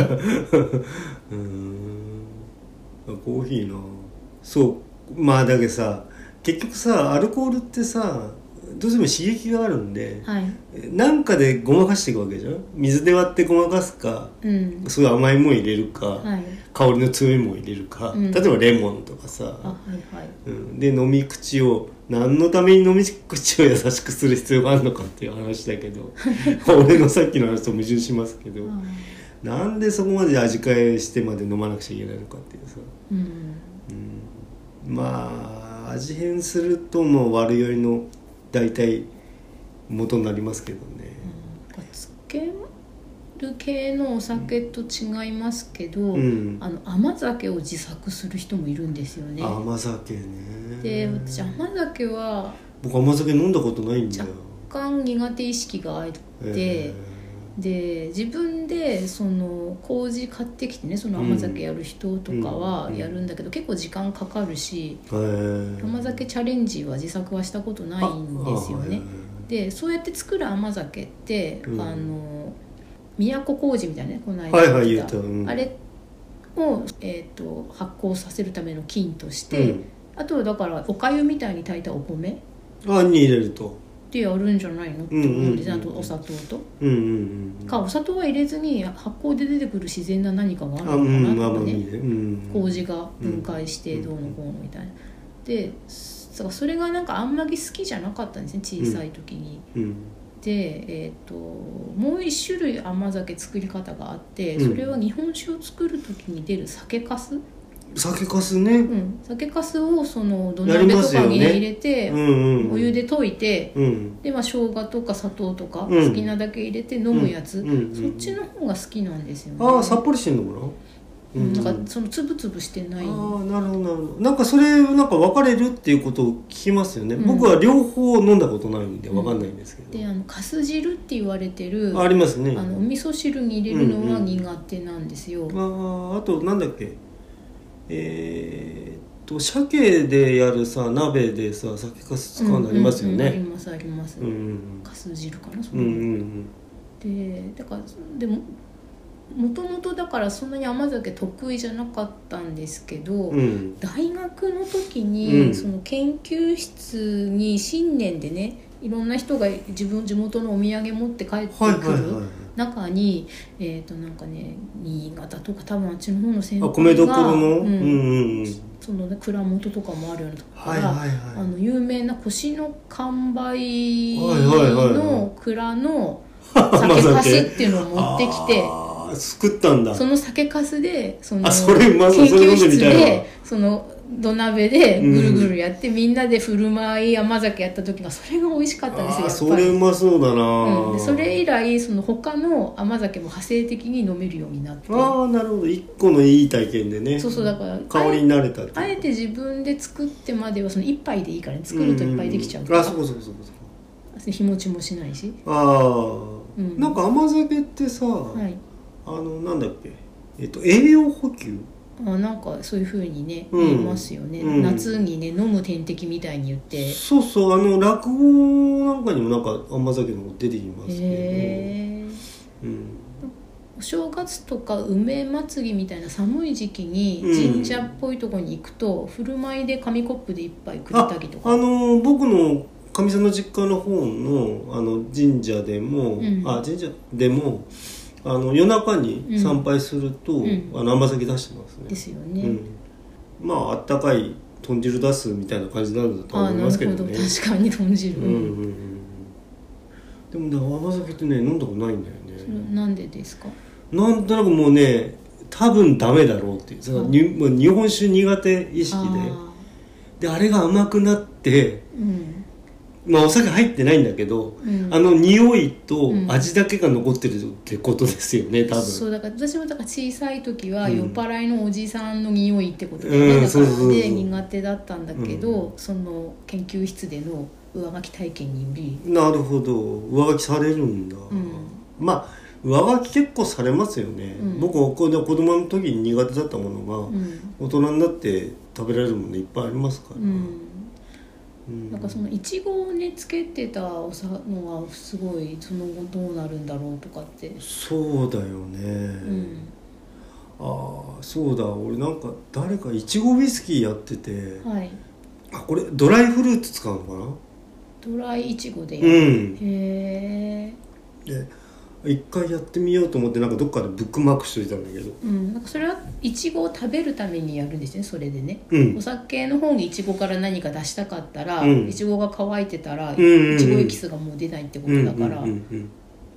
うんコーヒーな。そうまあだけどさ結局さアルコールってさどうしても刺激があるんで、はい、なんかでごまかしていくわけじゃん。水で割ってごまかすか、うん、すごい甘いもん入れるか、はい、香りの強いもん入れるか、うん、例えばレモンとかさ、はいはいうん、で飲み口を何のために飲み口を優しくする必要があるのかっていう話だけど俺のさっきの話と矛盾しますけどなんでそこまで味変えしてまで飲まなくちゃいけないのかっていうさ、うんうん、まあ味変するともう悪酔いの大体元になりますけどね、 うん、つける系のお酒と違いますけど、うん、あの甘酒を自作する人もいるんですよね。 甘酒ね。 で私甘酒は僕甘酒飲んだことないんだよ。 若干苦手意識があって、えー、で自分でその麹買ってきてね、その甘酒やる人とかはやるんだけど、うん、結構時間かかるし、えー、甘酒チャレンジは自作はしたことないんですよね。でそうやって作る甘酒って、うん、あの都麹みたいなね、この間言った、はいはい言った、うん、あれを、えーと、発酵させるための菌として、うん、あとはだからおかゆみたいに炊いたお米あに入れるとってやるんじゃないのって思うんですよ。あとお砂糖と、うんうんうん、かお砂糖は入れずに発酵で出てくる自然な何かがあるのかなとかね、うん、麹が分解してどうのこうのみたいな。でそれがなんかあんまり好きじゃなかったんですね、小さい時に、うんうん、で、えー、ともう一種類甘酒作り方があって、それは日本酒を作る時に出る酒粕、 酒粕ね、 うん、酒粕をその土鍋とかに入れて、ねうんうんうん、お湯で溶いて、うん、でまあ生姜とか砂糖とか好きなだけ入れて飲むやつ、うんうんうん、そっちの方が好きなんですよね。 ああさっぱりしてんのかな、 うん、なんかそのつぶつぶしてない。ああなるほどなるほど。なんかそれなんか分かれるっていうことを聞きますよね、うん、僕は両方飲んだことないんで分かんないんですけど、 うん、であのかす汁って言われてるあ, ありますね。 あのお味噌汁に入れるのは苦手なんですよ、 うんうん、ああとなんだっけえー、っと鮭でやるさ鍋でさ酒粕使うのありますよね、うんうんうん、ありますあります、うんうん、かす汁かなそれ、 うんうんうん、 でだからでももともとだからそんなに甘酒得意じゃなかったんですけど、うん、大学の時に、うん、その研究室に新年でねいろんな人が自分地元のお土産持って帰ってくる、はいはいはい、中に、えーとなんかね、新潟とか多分あっちの方の先輩が米どころの、うんうんうん、その、ね、蔵元とかもあるようなところから、はいはいはい、あの有名な腰の完売の蔵の酒粕っていうのを持ってきて作ったんだ。 その酒粕でそのあそれまず研究室でその土鍋でぐるぐるやって、うん、みんなで振る舞い甘酒やった時がそれが美味しかったんですよ。やっぱりそれうまそうだな、 うん、でそれ以来その他の甘酒も派生的に飲めるようになって。 ああなるほど、一個のいい体験でね。 そうそう、だから香りに慣れたってあえて自分で作ってまではその一杯でいいからね、作るといっぱいできちゃうから、うんうん、 あそうそうそうそう日持ちもしないし。 ああ、うん、なんか甘酒ってさ、はい、あのなんだっけ、えっと栄養補給、 あなんかそういう風にね、うん、言いますよね、うん、夏にね飲む点滴みたいに言って。 そうそう、あの落語なんかにもなんか甘酒の出てきますけど、へー、うん、お正月とか梅祭りみたいな寒い時期に神社っぽいところに行くと、うん、振る舞いで紙コップで一杯くれたりとか。 あ, あの僕のかみさんの実家の方のあの神社でも、うん、あ神社でもあの夜中に参拝すると、うん、あの甘酒出してますね。 ですよね、うん、 まああったかい豚汁出すみたいな感じなんだと思いますけどね。あ、なるほど、 確かに豚汁、うんうんうん、 でもね甘酒ってね飲んだことないんだよね。 それなんでですか？ なんとなくもうね多分ダメだろうっていう、その日本酒苦手意識でであれが甘くなって、うん、まあお酒入ってないんだけど、うん、あの匂いと味だけが残ってるってことですよね、多分。 そうだから私もだから小さい時は酔っ払いのおじさんの匂いってことで、ね、うん、だからで苦手だったんだけど、うん、その研究室での上書き体験により。 なるほど、上書きされるんだ、うん、まあ上書き結構されますよね、うん、僕は子供の時に苦手だったものが、うん、大人になって食べられるものいっぱいありますから、うんうん、なんかそのいちごをねつけてたおさのはすごいその後どうなるんだろうとかって。 そうだよね、うん、ああそうだ、俺なんか誰かいちごウイスキーやってて、はい、あこれドライフルーツ使うのかな。 ドライいちごでやる、うん、へえ。で一回やってみようと思ってなんかどっかでブックマークしといたんだけど、 うん、なんかそれはいちごを食べるためにやるんですね、それでね、うん、お酒の方にいちごから何か出したかったらいちごが乾いてたらいちごエキスがもう出ないってことだから、うんうんうんうん、なんかね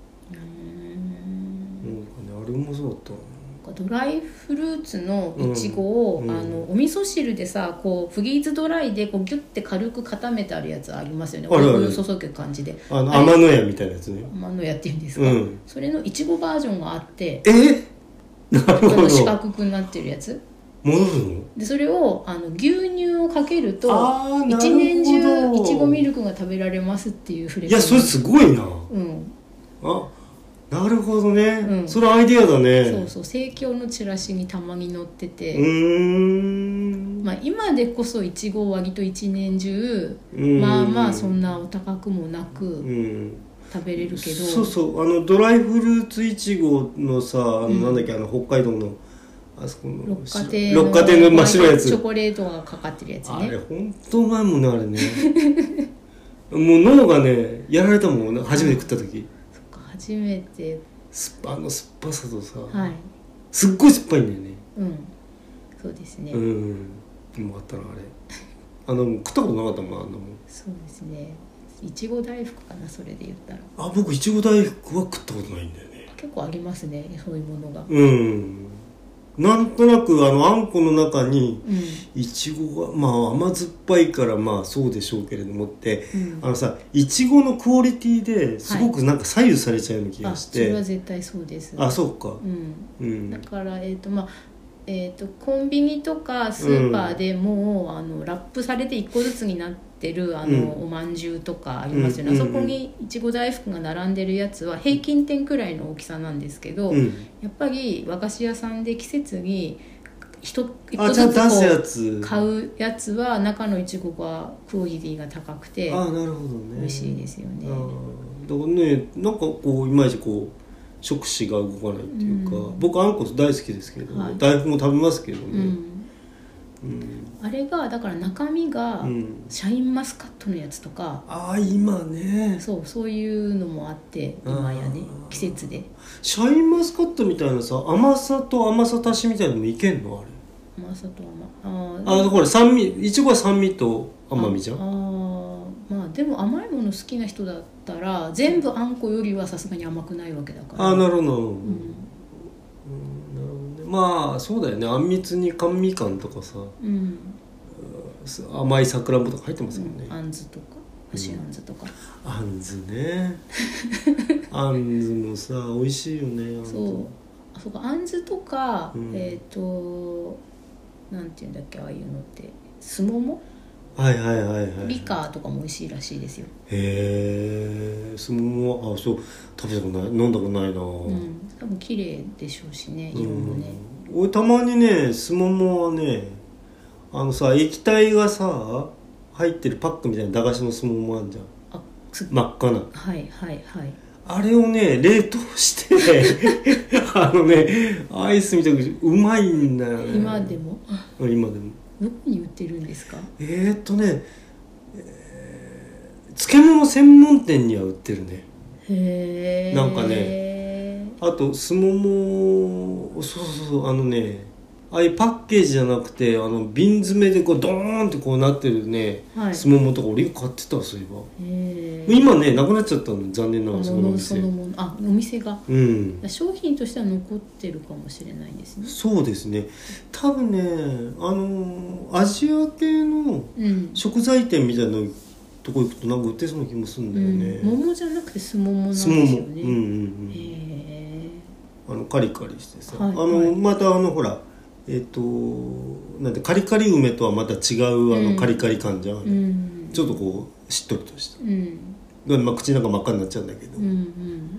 あれもそうだった。 ドライフルーツのいちごを、うん、あのお味噌汁でさこうフリーズドライでこうギュッて軽く固めてあるやつありますよね。お湯注ぐ感じで、 あの天野屋みたいなやつね。 天野屋っていうんですか、うん、それのいちごバージョンがあって、 えなるほど、 四角くなってるやつ戻るので、それをあの牛乳をかけると一年中いちごミルクが食べられますっていうフレーズ。 いやそれすごいな、うん、あなるほどね、うん、それアイディアだね。 そうそう、生協のチラシにたまに載ってて、うーん、まあ、今でこそいちご割と一年中まあまあそんなお高くもなく食べれるけど、 そうそうあのドライフルーツいちごのさ、あのなんだっけ、あの北海道のあそこの六花亭の六花亭の真っ白いやつ、 チョコレートがかかってるやつね。 あれ本当うまいもんねあれねもう脳がねやられたもん、初めて食った時、 初めてすあの酸っぱさとさ、 はい、 すっごい酸っぱいんだよね。 うんそうですね、 うんうまかったなあれあの食ったことなかったもんあんなもん。 そうですね、いちご大福かなそれで言ったら。 あ僕いちご大福は食ったことないんだよね。 結構ありますねそういうものが。 うんなんとなくあのあんこの中にいちごが、まあ甘酸っぱいからまあそうでしょうけれどもって、うん、あのさいちごのクオリティですごくなんか左右されちゃうような気がして、 はい、あそれは絶対そうです。 あそうか、 うんうん、だからえっ、ー、とまあえー、とコンビニとかスーパーでもう、うん、あのラップされていっこずつになってるあの、うん、おまんじゅうとかありますよね、うん、あそこにいちご大福が並んでるやつは平均点くらいの大きさなんですけど、うん、やっぱり和菓子屋さんで季節にいっこずつこう買うやつは中のいちごがクオリティが高くてあなるほど、ね、 美味しいですよね。 あだからねなんかこういまいちこう触手が動かないっていうか、うん、僕あんこ大好きですけど、はい、大福も食べますけどね、うんうん、あれがだから中身がシャインマスカットのやつとか、 うん、ああ今ねそうそういうのもあって今やね季節でシャインマスカットみたいなさ甘さと甘さ足しみたいなのもいけんのあれ。 甘さと甘ああだから酸味いちごは酸味と甘みじゃん。ああまあでも甘いもの好きな人だったら全部あんこよりはさすがに甘くないわけだから。 ああなるほど、うんうん、なるほどね。まあそうだよね、あんみつに甘味感とかさ、うん、甘いさくらんぼとか入ってますもんね、 うん、あんずとか干しあんずとか、 うん、あんずねあんずもさ美味しいよね。 そうあそうかあんずとか、うん、えっ、ー、となんていうんだっけああいうのってすももはいはいはいはい、 ビカーとかも美味しいらしいですよ。 へえすももあそう食べたことない飲んだことないな、うん、 多分綺麗でしょうしね色もね、 うん、俺たまにねすももはねあのさ液体がさ入ってるパックみたいな駄菓子のすももあるじゃん。あ真っ赤なはいはいはいあれをね冷凍してあのねアイスみたいなうまいんだよね。 今でも今でもどこに売ってるんですか。 えーっとね、えー、 漬物専門店には売ってるね。 へえ。 なんかね、あとすもも、そうそうそう、あのね、ああいうパッケージじゃなくて、あの瓶詰めでこうドーンってこうなってるね、はい、すももとか俺買ってた。そういえば今ねなくなっちゃったの、残念ながら。そのお店、 あ、お店が、 うん、 商品としては残ってるかもしれないですね。 そうですね、多分ね、あのアジア系の食材店みたいなとこ行くとなんか売ってそうな気もするんだよね、 うん、桃じゃなくてすももなんですよね。 すもも、うんうんうん、へー、あのカリカリしてさ、はい、あの、はい、またあのほらえっとなんてカリカリ梅とはまた違うあのカリカリ感じゃん、うん、ちょっとこうしっとりとした、うん、まあ、口の中真っ赤になっちゃうんだけど、うんうん、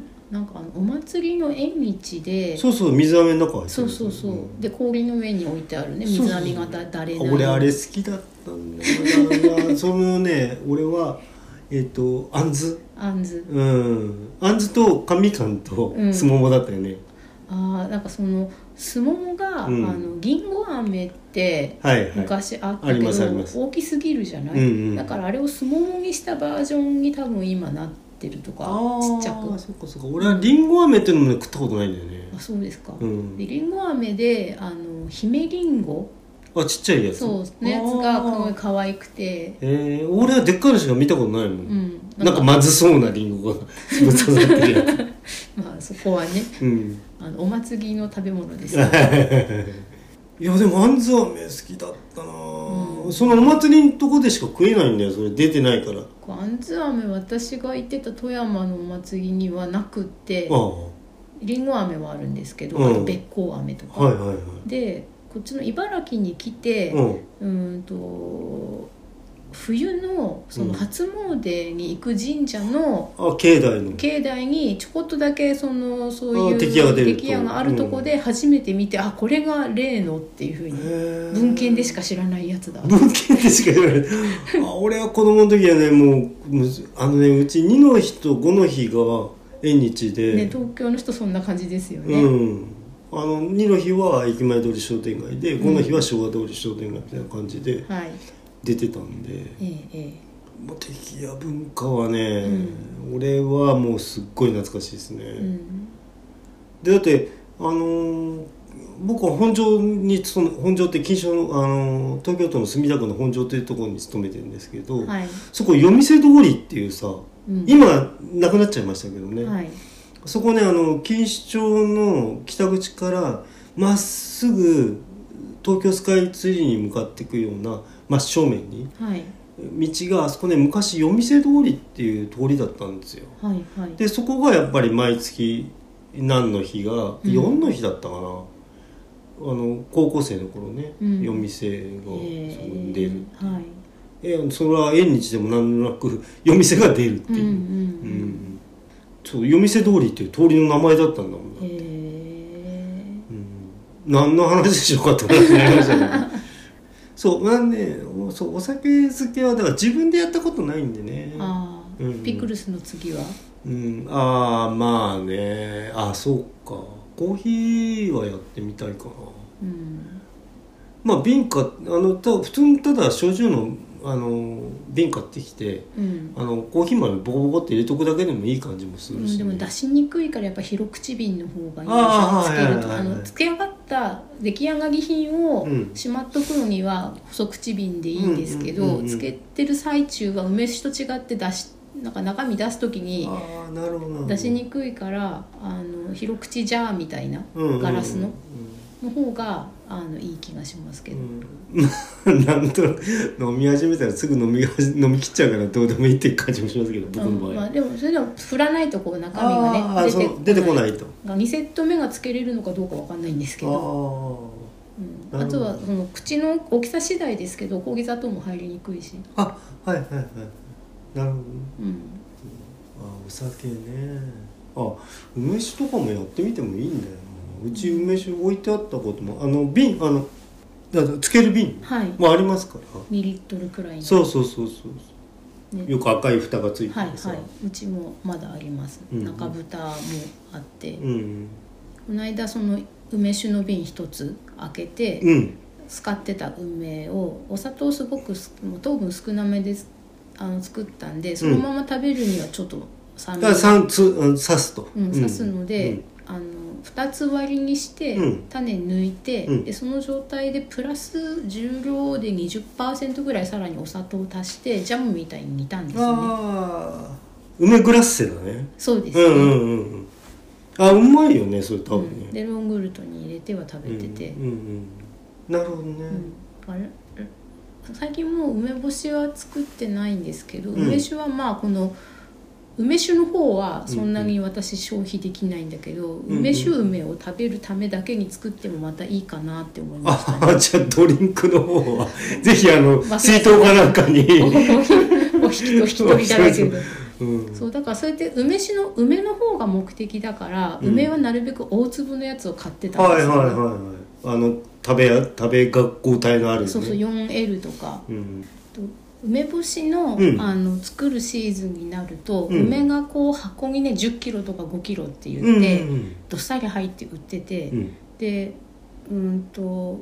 なんかあのお祭りの縁日で、 そうそう、水飴の中入ってる、 そうそうそう、うん、で氷の上に置いてあるね、水飴がだだれない。 俺あれ好きだったんだよなそのね、俺はえっとあんずあんず、 うん、あんずとかみかんとすももだったよね、 うん、ああ、なんかそのすももが、うん、あのりんご飴って昔あったけど、はいはい、大きすぎるじゃない、うんうん、だからあれをすももにしたバージョンに多分今なってるとか、ちっちゃく。 あ、そっかそっか、俺はりんご飴っていうのも、ね、食ったことないんだよね。 あ、そうですか、うん、でりんご飴であの姫りんご、 あ、ちっちゃいやつ、 そうのやつがすごい可愛くて、 えー、俺はでっかいのしか見たことないもん、うん、なんかまずそうなりんごがぶつかってるやつまあそこはね、うん、あのお祭りの食べ物ですいやでもあんず飴好きだったな、うん、そのお祭りのとこでしか食えないんだよ、それ出てないから。 あんず飴、私が行ってた富山のお祭りにはなくって、りんご飴はあるんですけど、うん、あとべっこう飴とか、はいはいはい、でこっちの茨城に来て、うん、うんと冬のその初詣に行く神社の、 うん、あ、境内の境内にちょこっとだけそのそういう敵屋が, があるとこで初めて見て、うん、あ、これが例のっていうふうに文献でしか知らないやつだ。 文献でしか知らないあ、俺は子供の時はね、もうあのね、うちにの日とごの日が縁日で、 ね、東京の人そんな感じですよね、 うん、あのにの日は駅前通り商店街で、ごの日は昭和通り商店街みたいな感じで出てたんで、はい、ええ、もう敵屋文化はね、うん、俺はもうすっごい懐かしいですね、うん、でだってあのー、僕は本庄に勤め、本庄って錦糸町の、あのー、東京都の墨田区の本庄っていうところに勤めてるんですけど、はい、そこ夜店通りっていうさ、うん、今なくなっちゃいましたけどね、はい、そこね、あの錦糸町の北口からまっすぐ東京スカイツリーに向かっていくような真正面に、はい、道があそこね、昔夜店通りっていう通りだったんですよ、はいはい、でそこがやっぱり毎月何の日が、うん、よんの日だったかな、あの高校生の頃ね、うん、夜店がそこに出るっていう、はい、えそれは縁日でも何となく夜店が出るっていう、うんうんうん、そう夜店通りっていう通りの名前だったんだもんだって、うん、何の話でしょうかって話になりましたけどそうなんで、そう、お酒漬けはだから自分でやったことないんでね。 ああ、うん、ピクルスの次は、 うん、ああ、まあね、あ、そうか、コーヒーはやってみたいかな、うん、まあ瓶か、あのた普通にただ焼酎のあの瓶買ってきて、うん、あのコーヒー豆ボコボコって入れとくだけでもいい感じもするし、ね、 うん、でも出しにくいからやっぱ広口瓶の方がいいでしょ、つけると、あのつけ上がった出来上がり品をしまっとくのには細口瓶でいいんですけど、つけてる最中は梅酒と違って出しなんか中身出す時に出しにくいから、あの広口ジャーみたいなガラスのの方があのいい気がしますけど、 うん、なんと飲み始めたらすぐ飲み飲み切っちゃうからどうでもいいっていう感じもしますけど、僕の場合、うん、まあ、でもそれでも振らないとこう中身がね出 て, 出てこないとにセット目がつけれるのかどうかわかんないんですけど、あ,、うん、あとはその口の大きさ次第ですけど氷砂糖も入りにくいし、 あ、はいはいはい、なるほど、うん、あ、お酒ね、あ、梅酒とかもやってみてもいいんだよな。うち梅酒置いてあったことも、あの瓶、あのだつける瓶もありますから、はい、 にリットルくらいの、 そうそうそうそう、ね、よく赤い蓋がついてるさ、 はいはい、うちもまだあります、うん、中蓋もあって、うん、この間その梅酒の瓶一つ開けて、うん、使ってた梅をお砂糖すごく糖分少なめですあの作ったんでそのまま食べるにはちょっと酸味が酸つ、うん、刺すと、 うん、刺すので、うん、あのふたつ割りにして、うん、種抜いて、うん、でその状態でプラス重量で にじゅっパーセント ぐらいさらにお砂糖を足してジャムみたいに煮たんですよね。あ梅グラッセだね。 そうですね、 うんうんうん、あうまいよねそれ多分ね、 うん、でヨーグルトに入れては食べてて、うんうんうん、なるほどね、 うん、あれ最近もう梅干しは作ってないんですけど、うん、梅酒はまあこの梅酒の方はそんなに私消費できないんだけど、うんうん、梅酒梅を食べるためだけに作ってもまたいいかなって思いましたね。 あじゃあドリンクの方はぜひあの水筒かなんかにお引きと引き取りいただけるうん、そうだからそうやって梅酒の梅の方が目的だから、うん、梅はなるべく大粒のやつを買ってたんですよ、ね、はいはいはいはい、 あの食べ食べ学校体のある、ね、 そうそう よんエル とか、うん、と梅干し の,、うん、あの作るシーズンになると、うん、梅がこう箱にねじゅっキロとかごキロって言って、うんうんうん、どっさり入って売ってて、うん、でうんと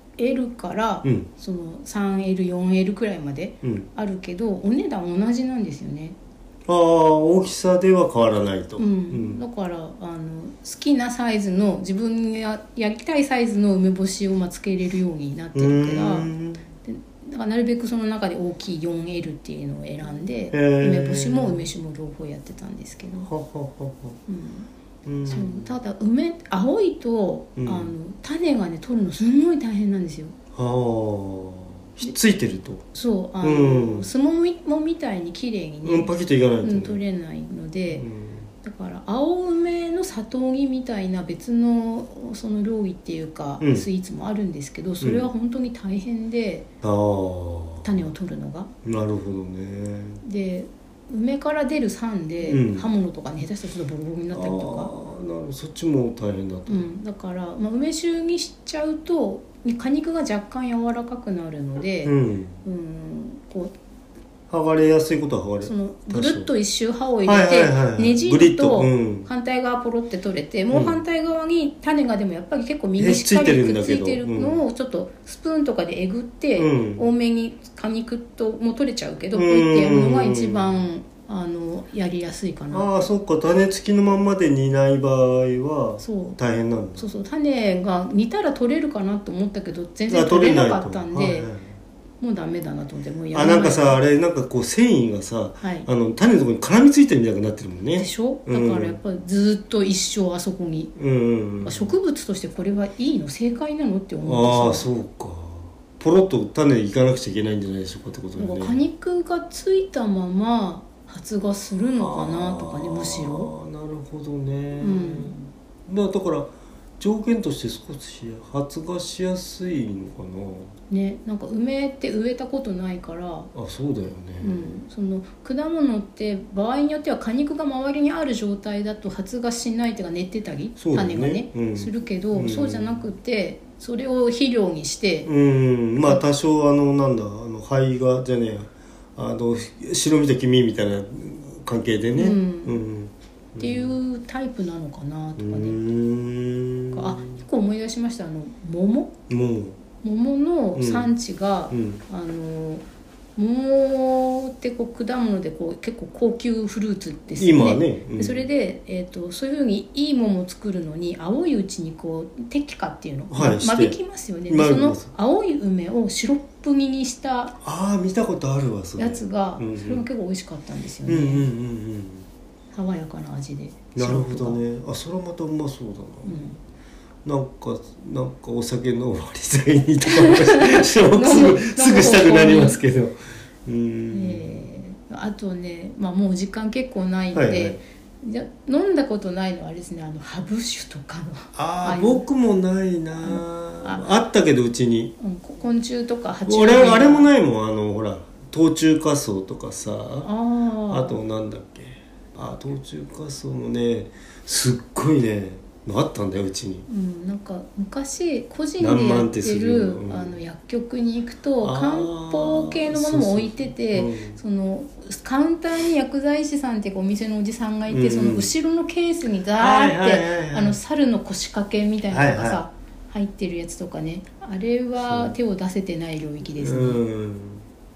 L から、うん、その さんエルよんエル くらいまであるけど、うん、お値段同じなんですよね。 ああ大きさでは変わらないと、うんうん、だからあの好きなサイズの自分がやりたいサイズの梅干しをまあつけれるようになってるから、でだからなるべくその中で大きい よんエル っていうのを選んで梅干しも梅酒も両方やってたんですけど、はははは、うんうん、そうただ梅青いと、うん、あの種がね取るのすんごい大変なんですよ。はあひっついてるとそうあの、うん、すももみたいに綺麗にね、 うん、パキッといかないと、ね、 うん、取れないので、うん、だから青梅の砂糖煮みたいな別のその料理っていうか、うん、スイーツもあるんですけどそれは本当に大変で、うん、種を取るのがなるほどね。 で梅から出る酸で、うん、刃物とかね下手したらちょっとボロボロになったりとか、 あなるほどそっちも大変だと、 うん、だから、まあ、梅酒にしちゃうと果肉が若干柔らかくなるので、うんうん、こう剥がれやすいことは剥がれそのぐるっと一周刃を入れて、はいはいはいはい、ねじると反対側ポロって取れて、うん、もう反対側に種がでもやっぱり結構身にしっかりくっついてるのをちょっとスプーンとかでえぐって、うん、多めに果肉とも取れちゃうけどこういってやるのが一番あのやりやすいかな。 ああそっか種付きのまんまで煮ない場合は大変なんだ。 そうそう種が煮たら取れるかなと思ったけど全然取れなかったんで、はいはい、もうダメだなと思ってもうやめない。あなんかさあれなんかこう繊維がさ、はい、あの種のところに絡みついてるみたいになってるもんね。 でしょ。だからやっぱりずっと一生あそこに、うんうんうん、植物としてこれはいいの正解なのって思うんですよ。ああそうかポロッと種いかなくちゃいけないんじゃないでしょうかってことでね。 果肉がついたまま発芽するのかなとかねむしろ。 あなるほどね、うん、だから条件として少し発芽しやすいのかな。ねなんか梅って植えたことないからあそうだよね、 うん、その果物って場合によっては果肉が周りにある状態だと発芽しないっていうか練ってたり、ね、種がね、うん、するけど、うん、そうじゃなくてそれを肥料にしてうんまあ多少あのなんだあの胚がじゃねえやあの白身と黄身みたいな関係でね、うんうん、 っていうタイプなのかなとかね。あ結構思い出しましたあの桃桃の産地が、うん、あの桃ってこう果物でこう結構高級フルーツですよね。今ね、うん、それで、えーと、そういうふうにいい桃を作るのに青いうちにこう摘果っていうのを、はい、間引きますよね。その青い梅をシロップ煮にしたあ見たことあるわそれやつが、うんうん、それが結構美味しかったんですよね、うんうんうんうん、爽やかな味で。 なるほどね。あそれはまたうまそうだな、うんなんかなんかお酒の割り剤にとかすぐすぐしたくなりますけどうん、 えー、あとね、まあ、もう時間結構ないので、はいはい、じゃ飲んだことないのはあれですねあのハブ酒とかのああ僕もないな あ, あったけどうちに、 うん、昆虫とか爬虫類俺あれもないもんあのほら冬虫夏草とかさ あ, あとなんだっけあ冬虫夏草のねすっごいねあったんだようちに、 うん、なんか昔個人でやってる、うん、あの薬局に行くと漢方系のものも置いてて そ, う そ, う、うん、そのカウンターに薬剤師さんっていうお店のおじさんがいて、うん、その後ろのケースにザーってあの猿の腰掛けみたいなのがさ、はいはい、入ってるやつとかねあれは手を出せてない領域ですね、うん、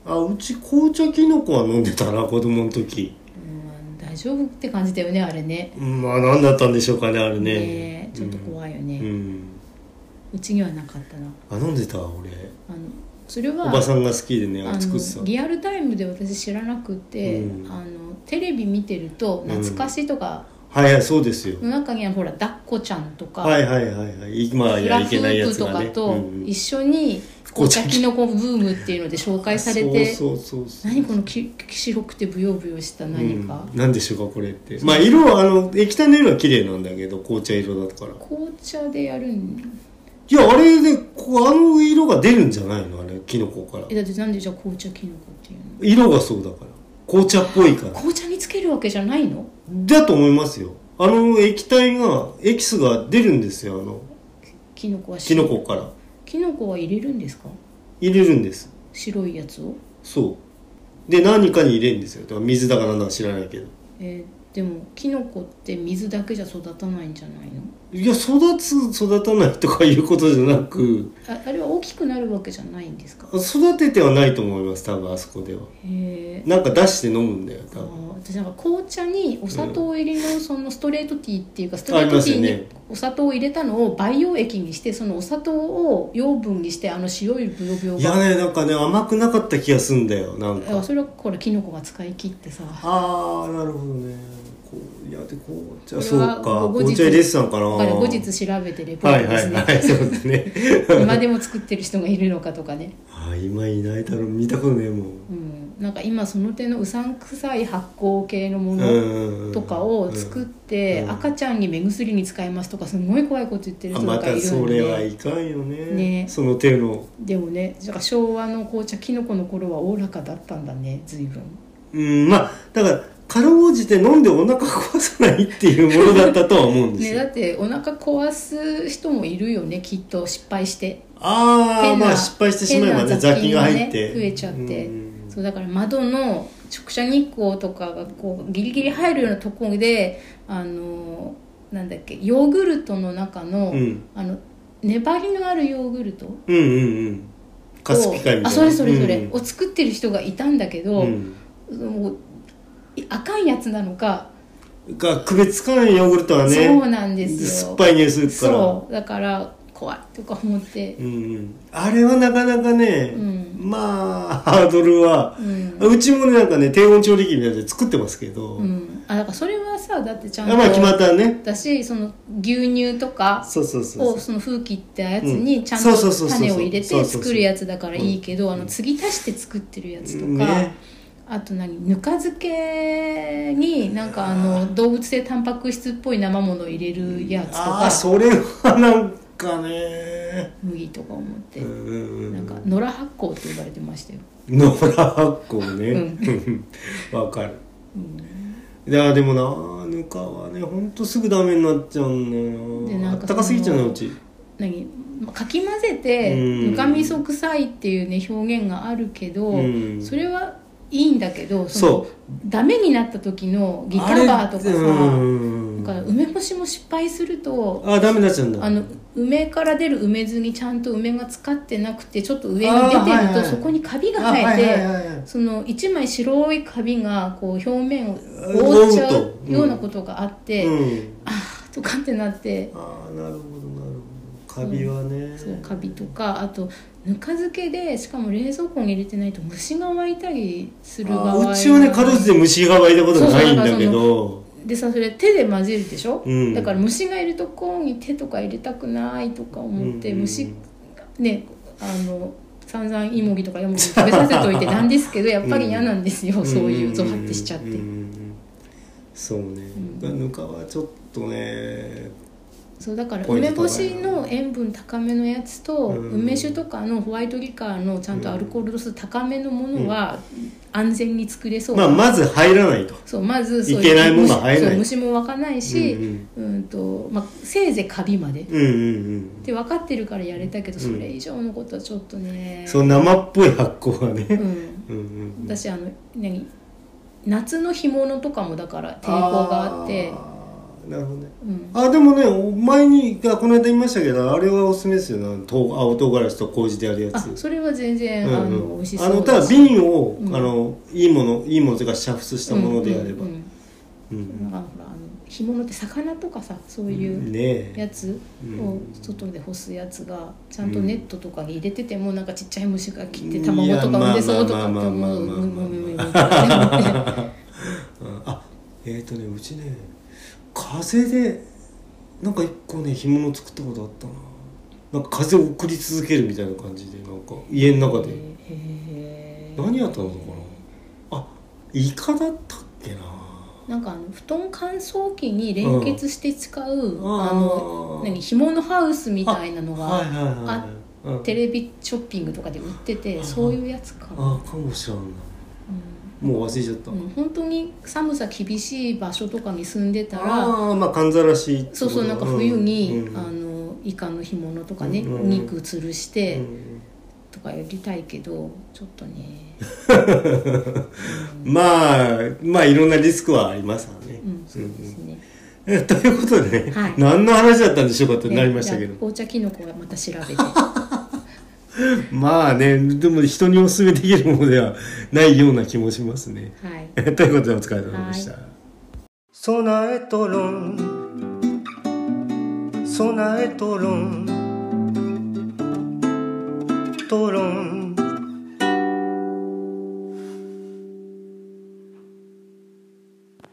あ、うち紅茶きのこは飲んでたな、子供の時。 うん、大丈夫って感じだよね、あれね。 まあ何だったんでしょうかね、あれね。 ね、ちょっと怖いよね、うんうん、うちにはなかったな。 あ、飲んでた俺。あのそれはおばさんが好きでね、あ作ってた。 リアルタイムで私知らなくて、うん、あのテレビ見てると懐かしとか、 うん、はいはい、そうですよ。 の中にはほら抱っこちゃんとか、 はいはいはいはい、今やいけないやつがね、 フラフープとかと一緒に紅茶きのこブームっていうので紹介されて、 そうそうそうそう、 何このき白くてブヨブヨした何か、 うん、何でしょうかこれって。まあ色はあの液体の色は綺麗なんだけど、紅茶色だから。 紅茶でやるん。 いや、あれでこうあの色が出るんじゃないの、あれキノコから。 え、だってなんでじゃあ紅茶きのこっていうの。 色がそうだから、紅茶っぽいから。 紅茶につけるわけじゃないのだと思いますよ。あの液体がエキスが出るんですよ、あのキノコは。 キノコからキノコは入れるんですか。 入れるんです、 白いやつを。 そうで、何かに入れるんですよ。だから水だかなんだか知らないけど。 えー、でもキノコって水だけじゃ育たないんじゃないの。 いや、育つ育たないとかいうことじゃなく、 あ, あれは大きくなるわけじゃないんですか。 育ててはないと思います、多分あそこでは。へえ。なんか出して飲むんだよ多分。 私なんか紅茶にお砂糖入りのそのストレートティーっていうか、ストレートティーにお砂糖を入れたのを培養液にして、そのお砂糖を養分にして、あの白いブヨブヨが、 いやね、なんかね甘くなかった気がするんだよ。なんかそれはこれキノコが使い切ってさ。 ああ、なるほどね。こういやで紅茶、そうか、紅茶入れてたのかな。 後日調べてレポートですね。 はいはいはい、そうですね今でも作ってる人がいるのかとかね。 ああ、今いないだろう、見たことねえもん。 うん、なんか今その手のうさんくさい発酵系のものとかを作って、うんうん、赤ちゃんに目薬に使いますとか、すごい怖いこと言ってる人がいるので。 またそれはいかんよ ね, ねその手の。 でもね、だから昭和の紅茶キノコの頃はおおらかだったんだね、随分。 うん、まあだからかろうじて飲んでお腹壊さないっていうものだったとは思うんですよね。だってお腹壊す人もいるよね、きっと失敗して。 ああ、まあ失敗してしまえばね、雑菌が入って、 ね、増えちゃって、うん、そうだから窓の直射日光とかがこうギリギリ入るようなところで、あのなんだっけ、ヨーグルトの中の、うん、あの粘りのあるヨーグルト、 うんうんうん、カスピ海みたいな、 あ、それそれそれ、うん、を作ってる人がいたんだけど、うん、もう赤いやつなのかが区別つかないヨーグルトはね。 そうなんですよ、 酸っぱい匂いするから。 そうだから怖いとか思って、うん、 あれはなかなかね、うん、まあハードルは、うん、うちもね、なんかね低温調理器みたいなので作ってますけど、うん、 あ、だからそれはさ、だってちゃんと、 まあ決まったね、 だし、その牛乳とかをその風切ったやつにちゃんと種を入れて作るやつだからいいけど、あの継ぎ足して作ってるやつとか、ね、あと何、ぬか漬けになんかあの動物性タンパク質っぽい生ものを入れるやつとか、 あ、それはなんかね、 麦とか思って、うん、なんか野良発酵って呼ばれてましたよ。 野良発酵ね、わ、うん、かる、うん、いやでもな、ぬかはねほんとすぐダメになっちゃうんだよ。で、なんかあったかすぎちゃうの、うち何かき混ぜてぬかみそ臭いっていうね表現があるけど、うん、それはいいんだけど、そのダメになった時のギターバーとかさ、なんか梅干しも失敗すると、 あ、ダメになっちゃうんだ。 あの梅から出る梅酢にちゃんと梅が使ってなくてちょっと上に出てると、はいはい、そこにカビが生えて、はいはいはい、その一枚白いカビがこう表面を覆っちゃうようなことがあって、うんうん、あーとかってなって、 あ、なるほどなるほど、カビはね、 うん、そう、カビとか、あとぬか漬けでしかも冷蔵庫に入れてないと虫が湧いたりする場合、 うちはね、かろうじて虫が湧いたことないんだけど、 でさ、それ手で混ぜるでしょ、うん、だから虫がいるとこに手とか入れたくないとか思って、うん、虫ね、あの散々イモギとかヤモギ食べさせといてなんですけどやっぱり嫌なんですよ、うん、そういうゾワってしちゃって、うん、 そうね、うん、ぬかはちょっとね、 そうだから梅干しの塩分高めのやつと、うん、梅酒とかのホワイトリカーのちゃんとアルコール度数高めのものは安全に作れそう、 まあ、まず入らないと、 そう、まずそういういけないものは入らない、 虫も湧かないし、うんうんうんとまあ、せいぜいカビまで、うんうんうん、って分かってるからやれたけど、それ以上のことはちょっとね、 うん、そう生っぽい発酵はね、うんうんうん、私あの何夏の干物とかもだから抵抗があって、 なるほどね、うん、あでもね前にこの間言いましたけどあれはおすすめですよね、青唐辛子と麹でやるやつ。 あそれは全然、うんうん、あの美味しそうだし、あのただ瓶を、うん、あのいいものいいものというか煮沸したものでやれば、うんうんうんうん、なんかほらあの干物って魚とかさそういうやつを外で干すやつがちゃんとネットとかに入れててもなんかちっちゃい虫が来て卵とか産んでそうとかって思うもうもうもうもうあえっ、ー、とねうちね風でなんか一個ね干物作ったことあったな。なんか風を送り続けるみたいな感じでなんか家の中で何やったのかなあイカだったっけな。 なんかあの布団乾燥機に連結して使う、うん、あの何干物ハウスみたいなのがあテレビショッピングとかで売っててそういうやつかな。あかもしれない、うん、もう忘れちゃった、うん、 本当に寒さ厳しい場所とかに住んでたらあまあ寒ざらしそうそうなんか冬に、うん、あのイカの干物とかね、うん、肉吊るして、うん、とかやりたいけどちょっとねうん、まあまあいろんなリスクはありますわね、 うんそうですね、 うん、ということでね、はい、何の話だったんでしょうかってなりましたけど、 紅茶キノコはまた調べてまあねでも人にお勧めできるものではないような気もしますね、はい、ということでお疲れ様でした。ソナエトロンソナエトロントロン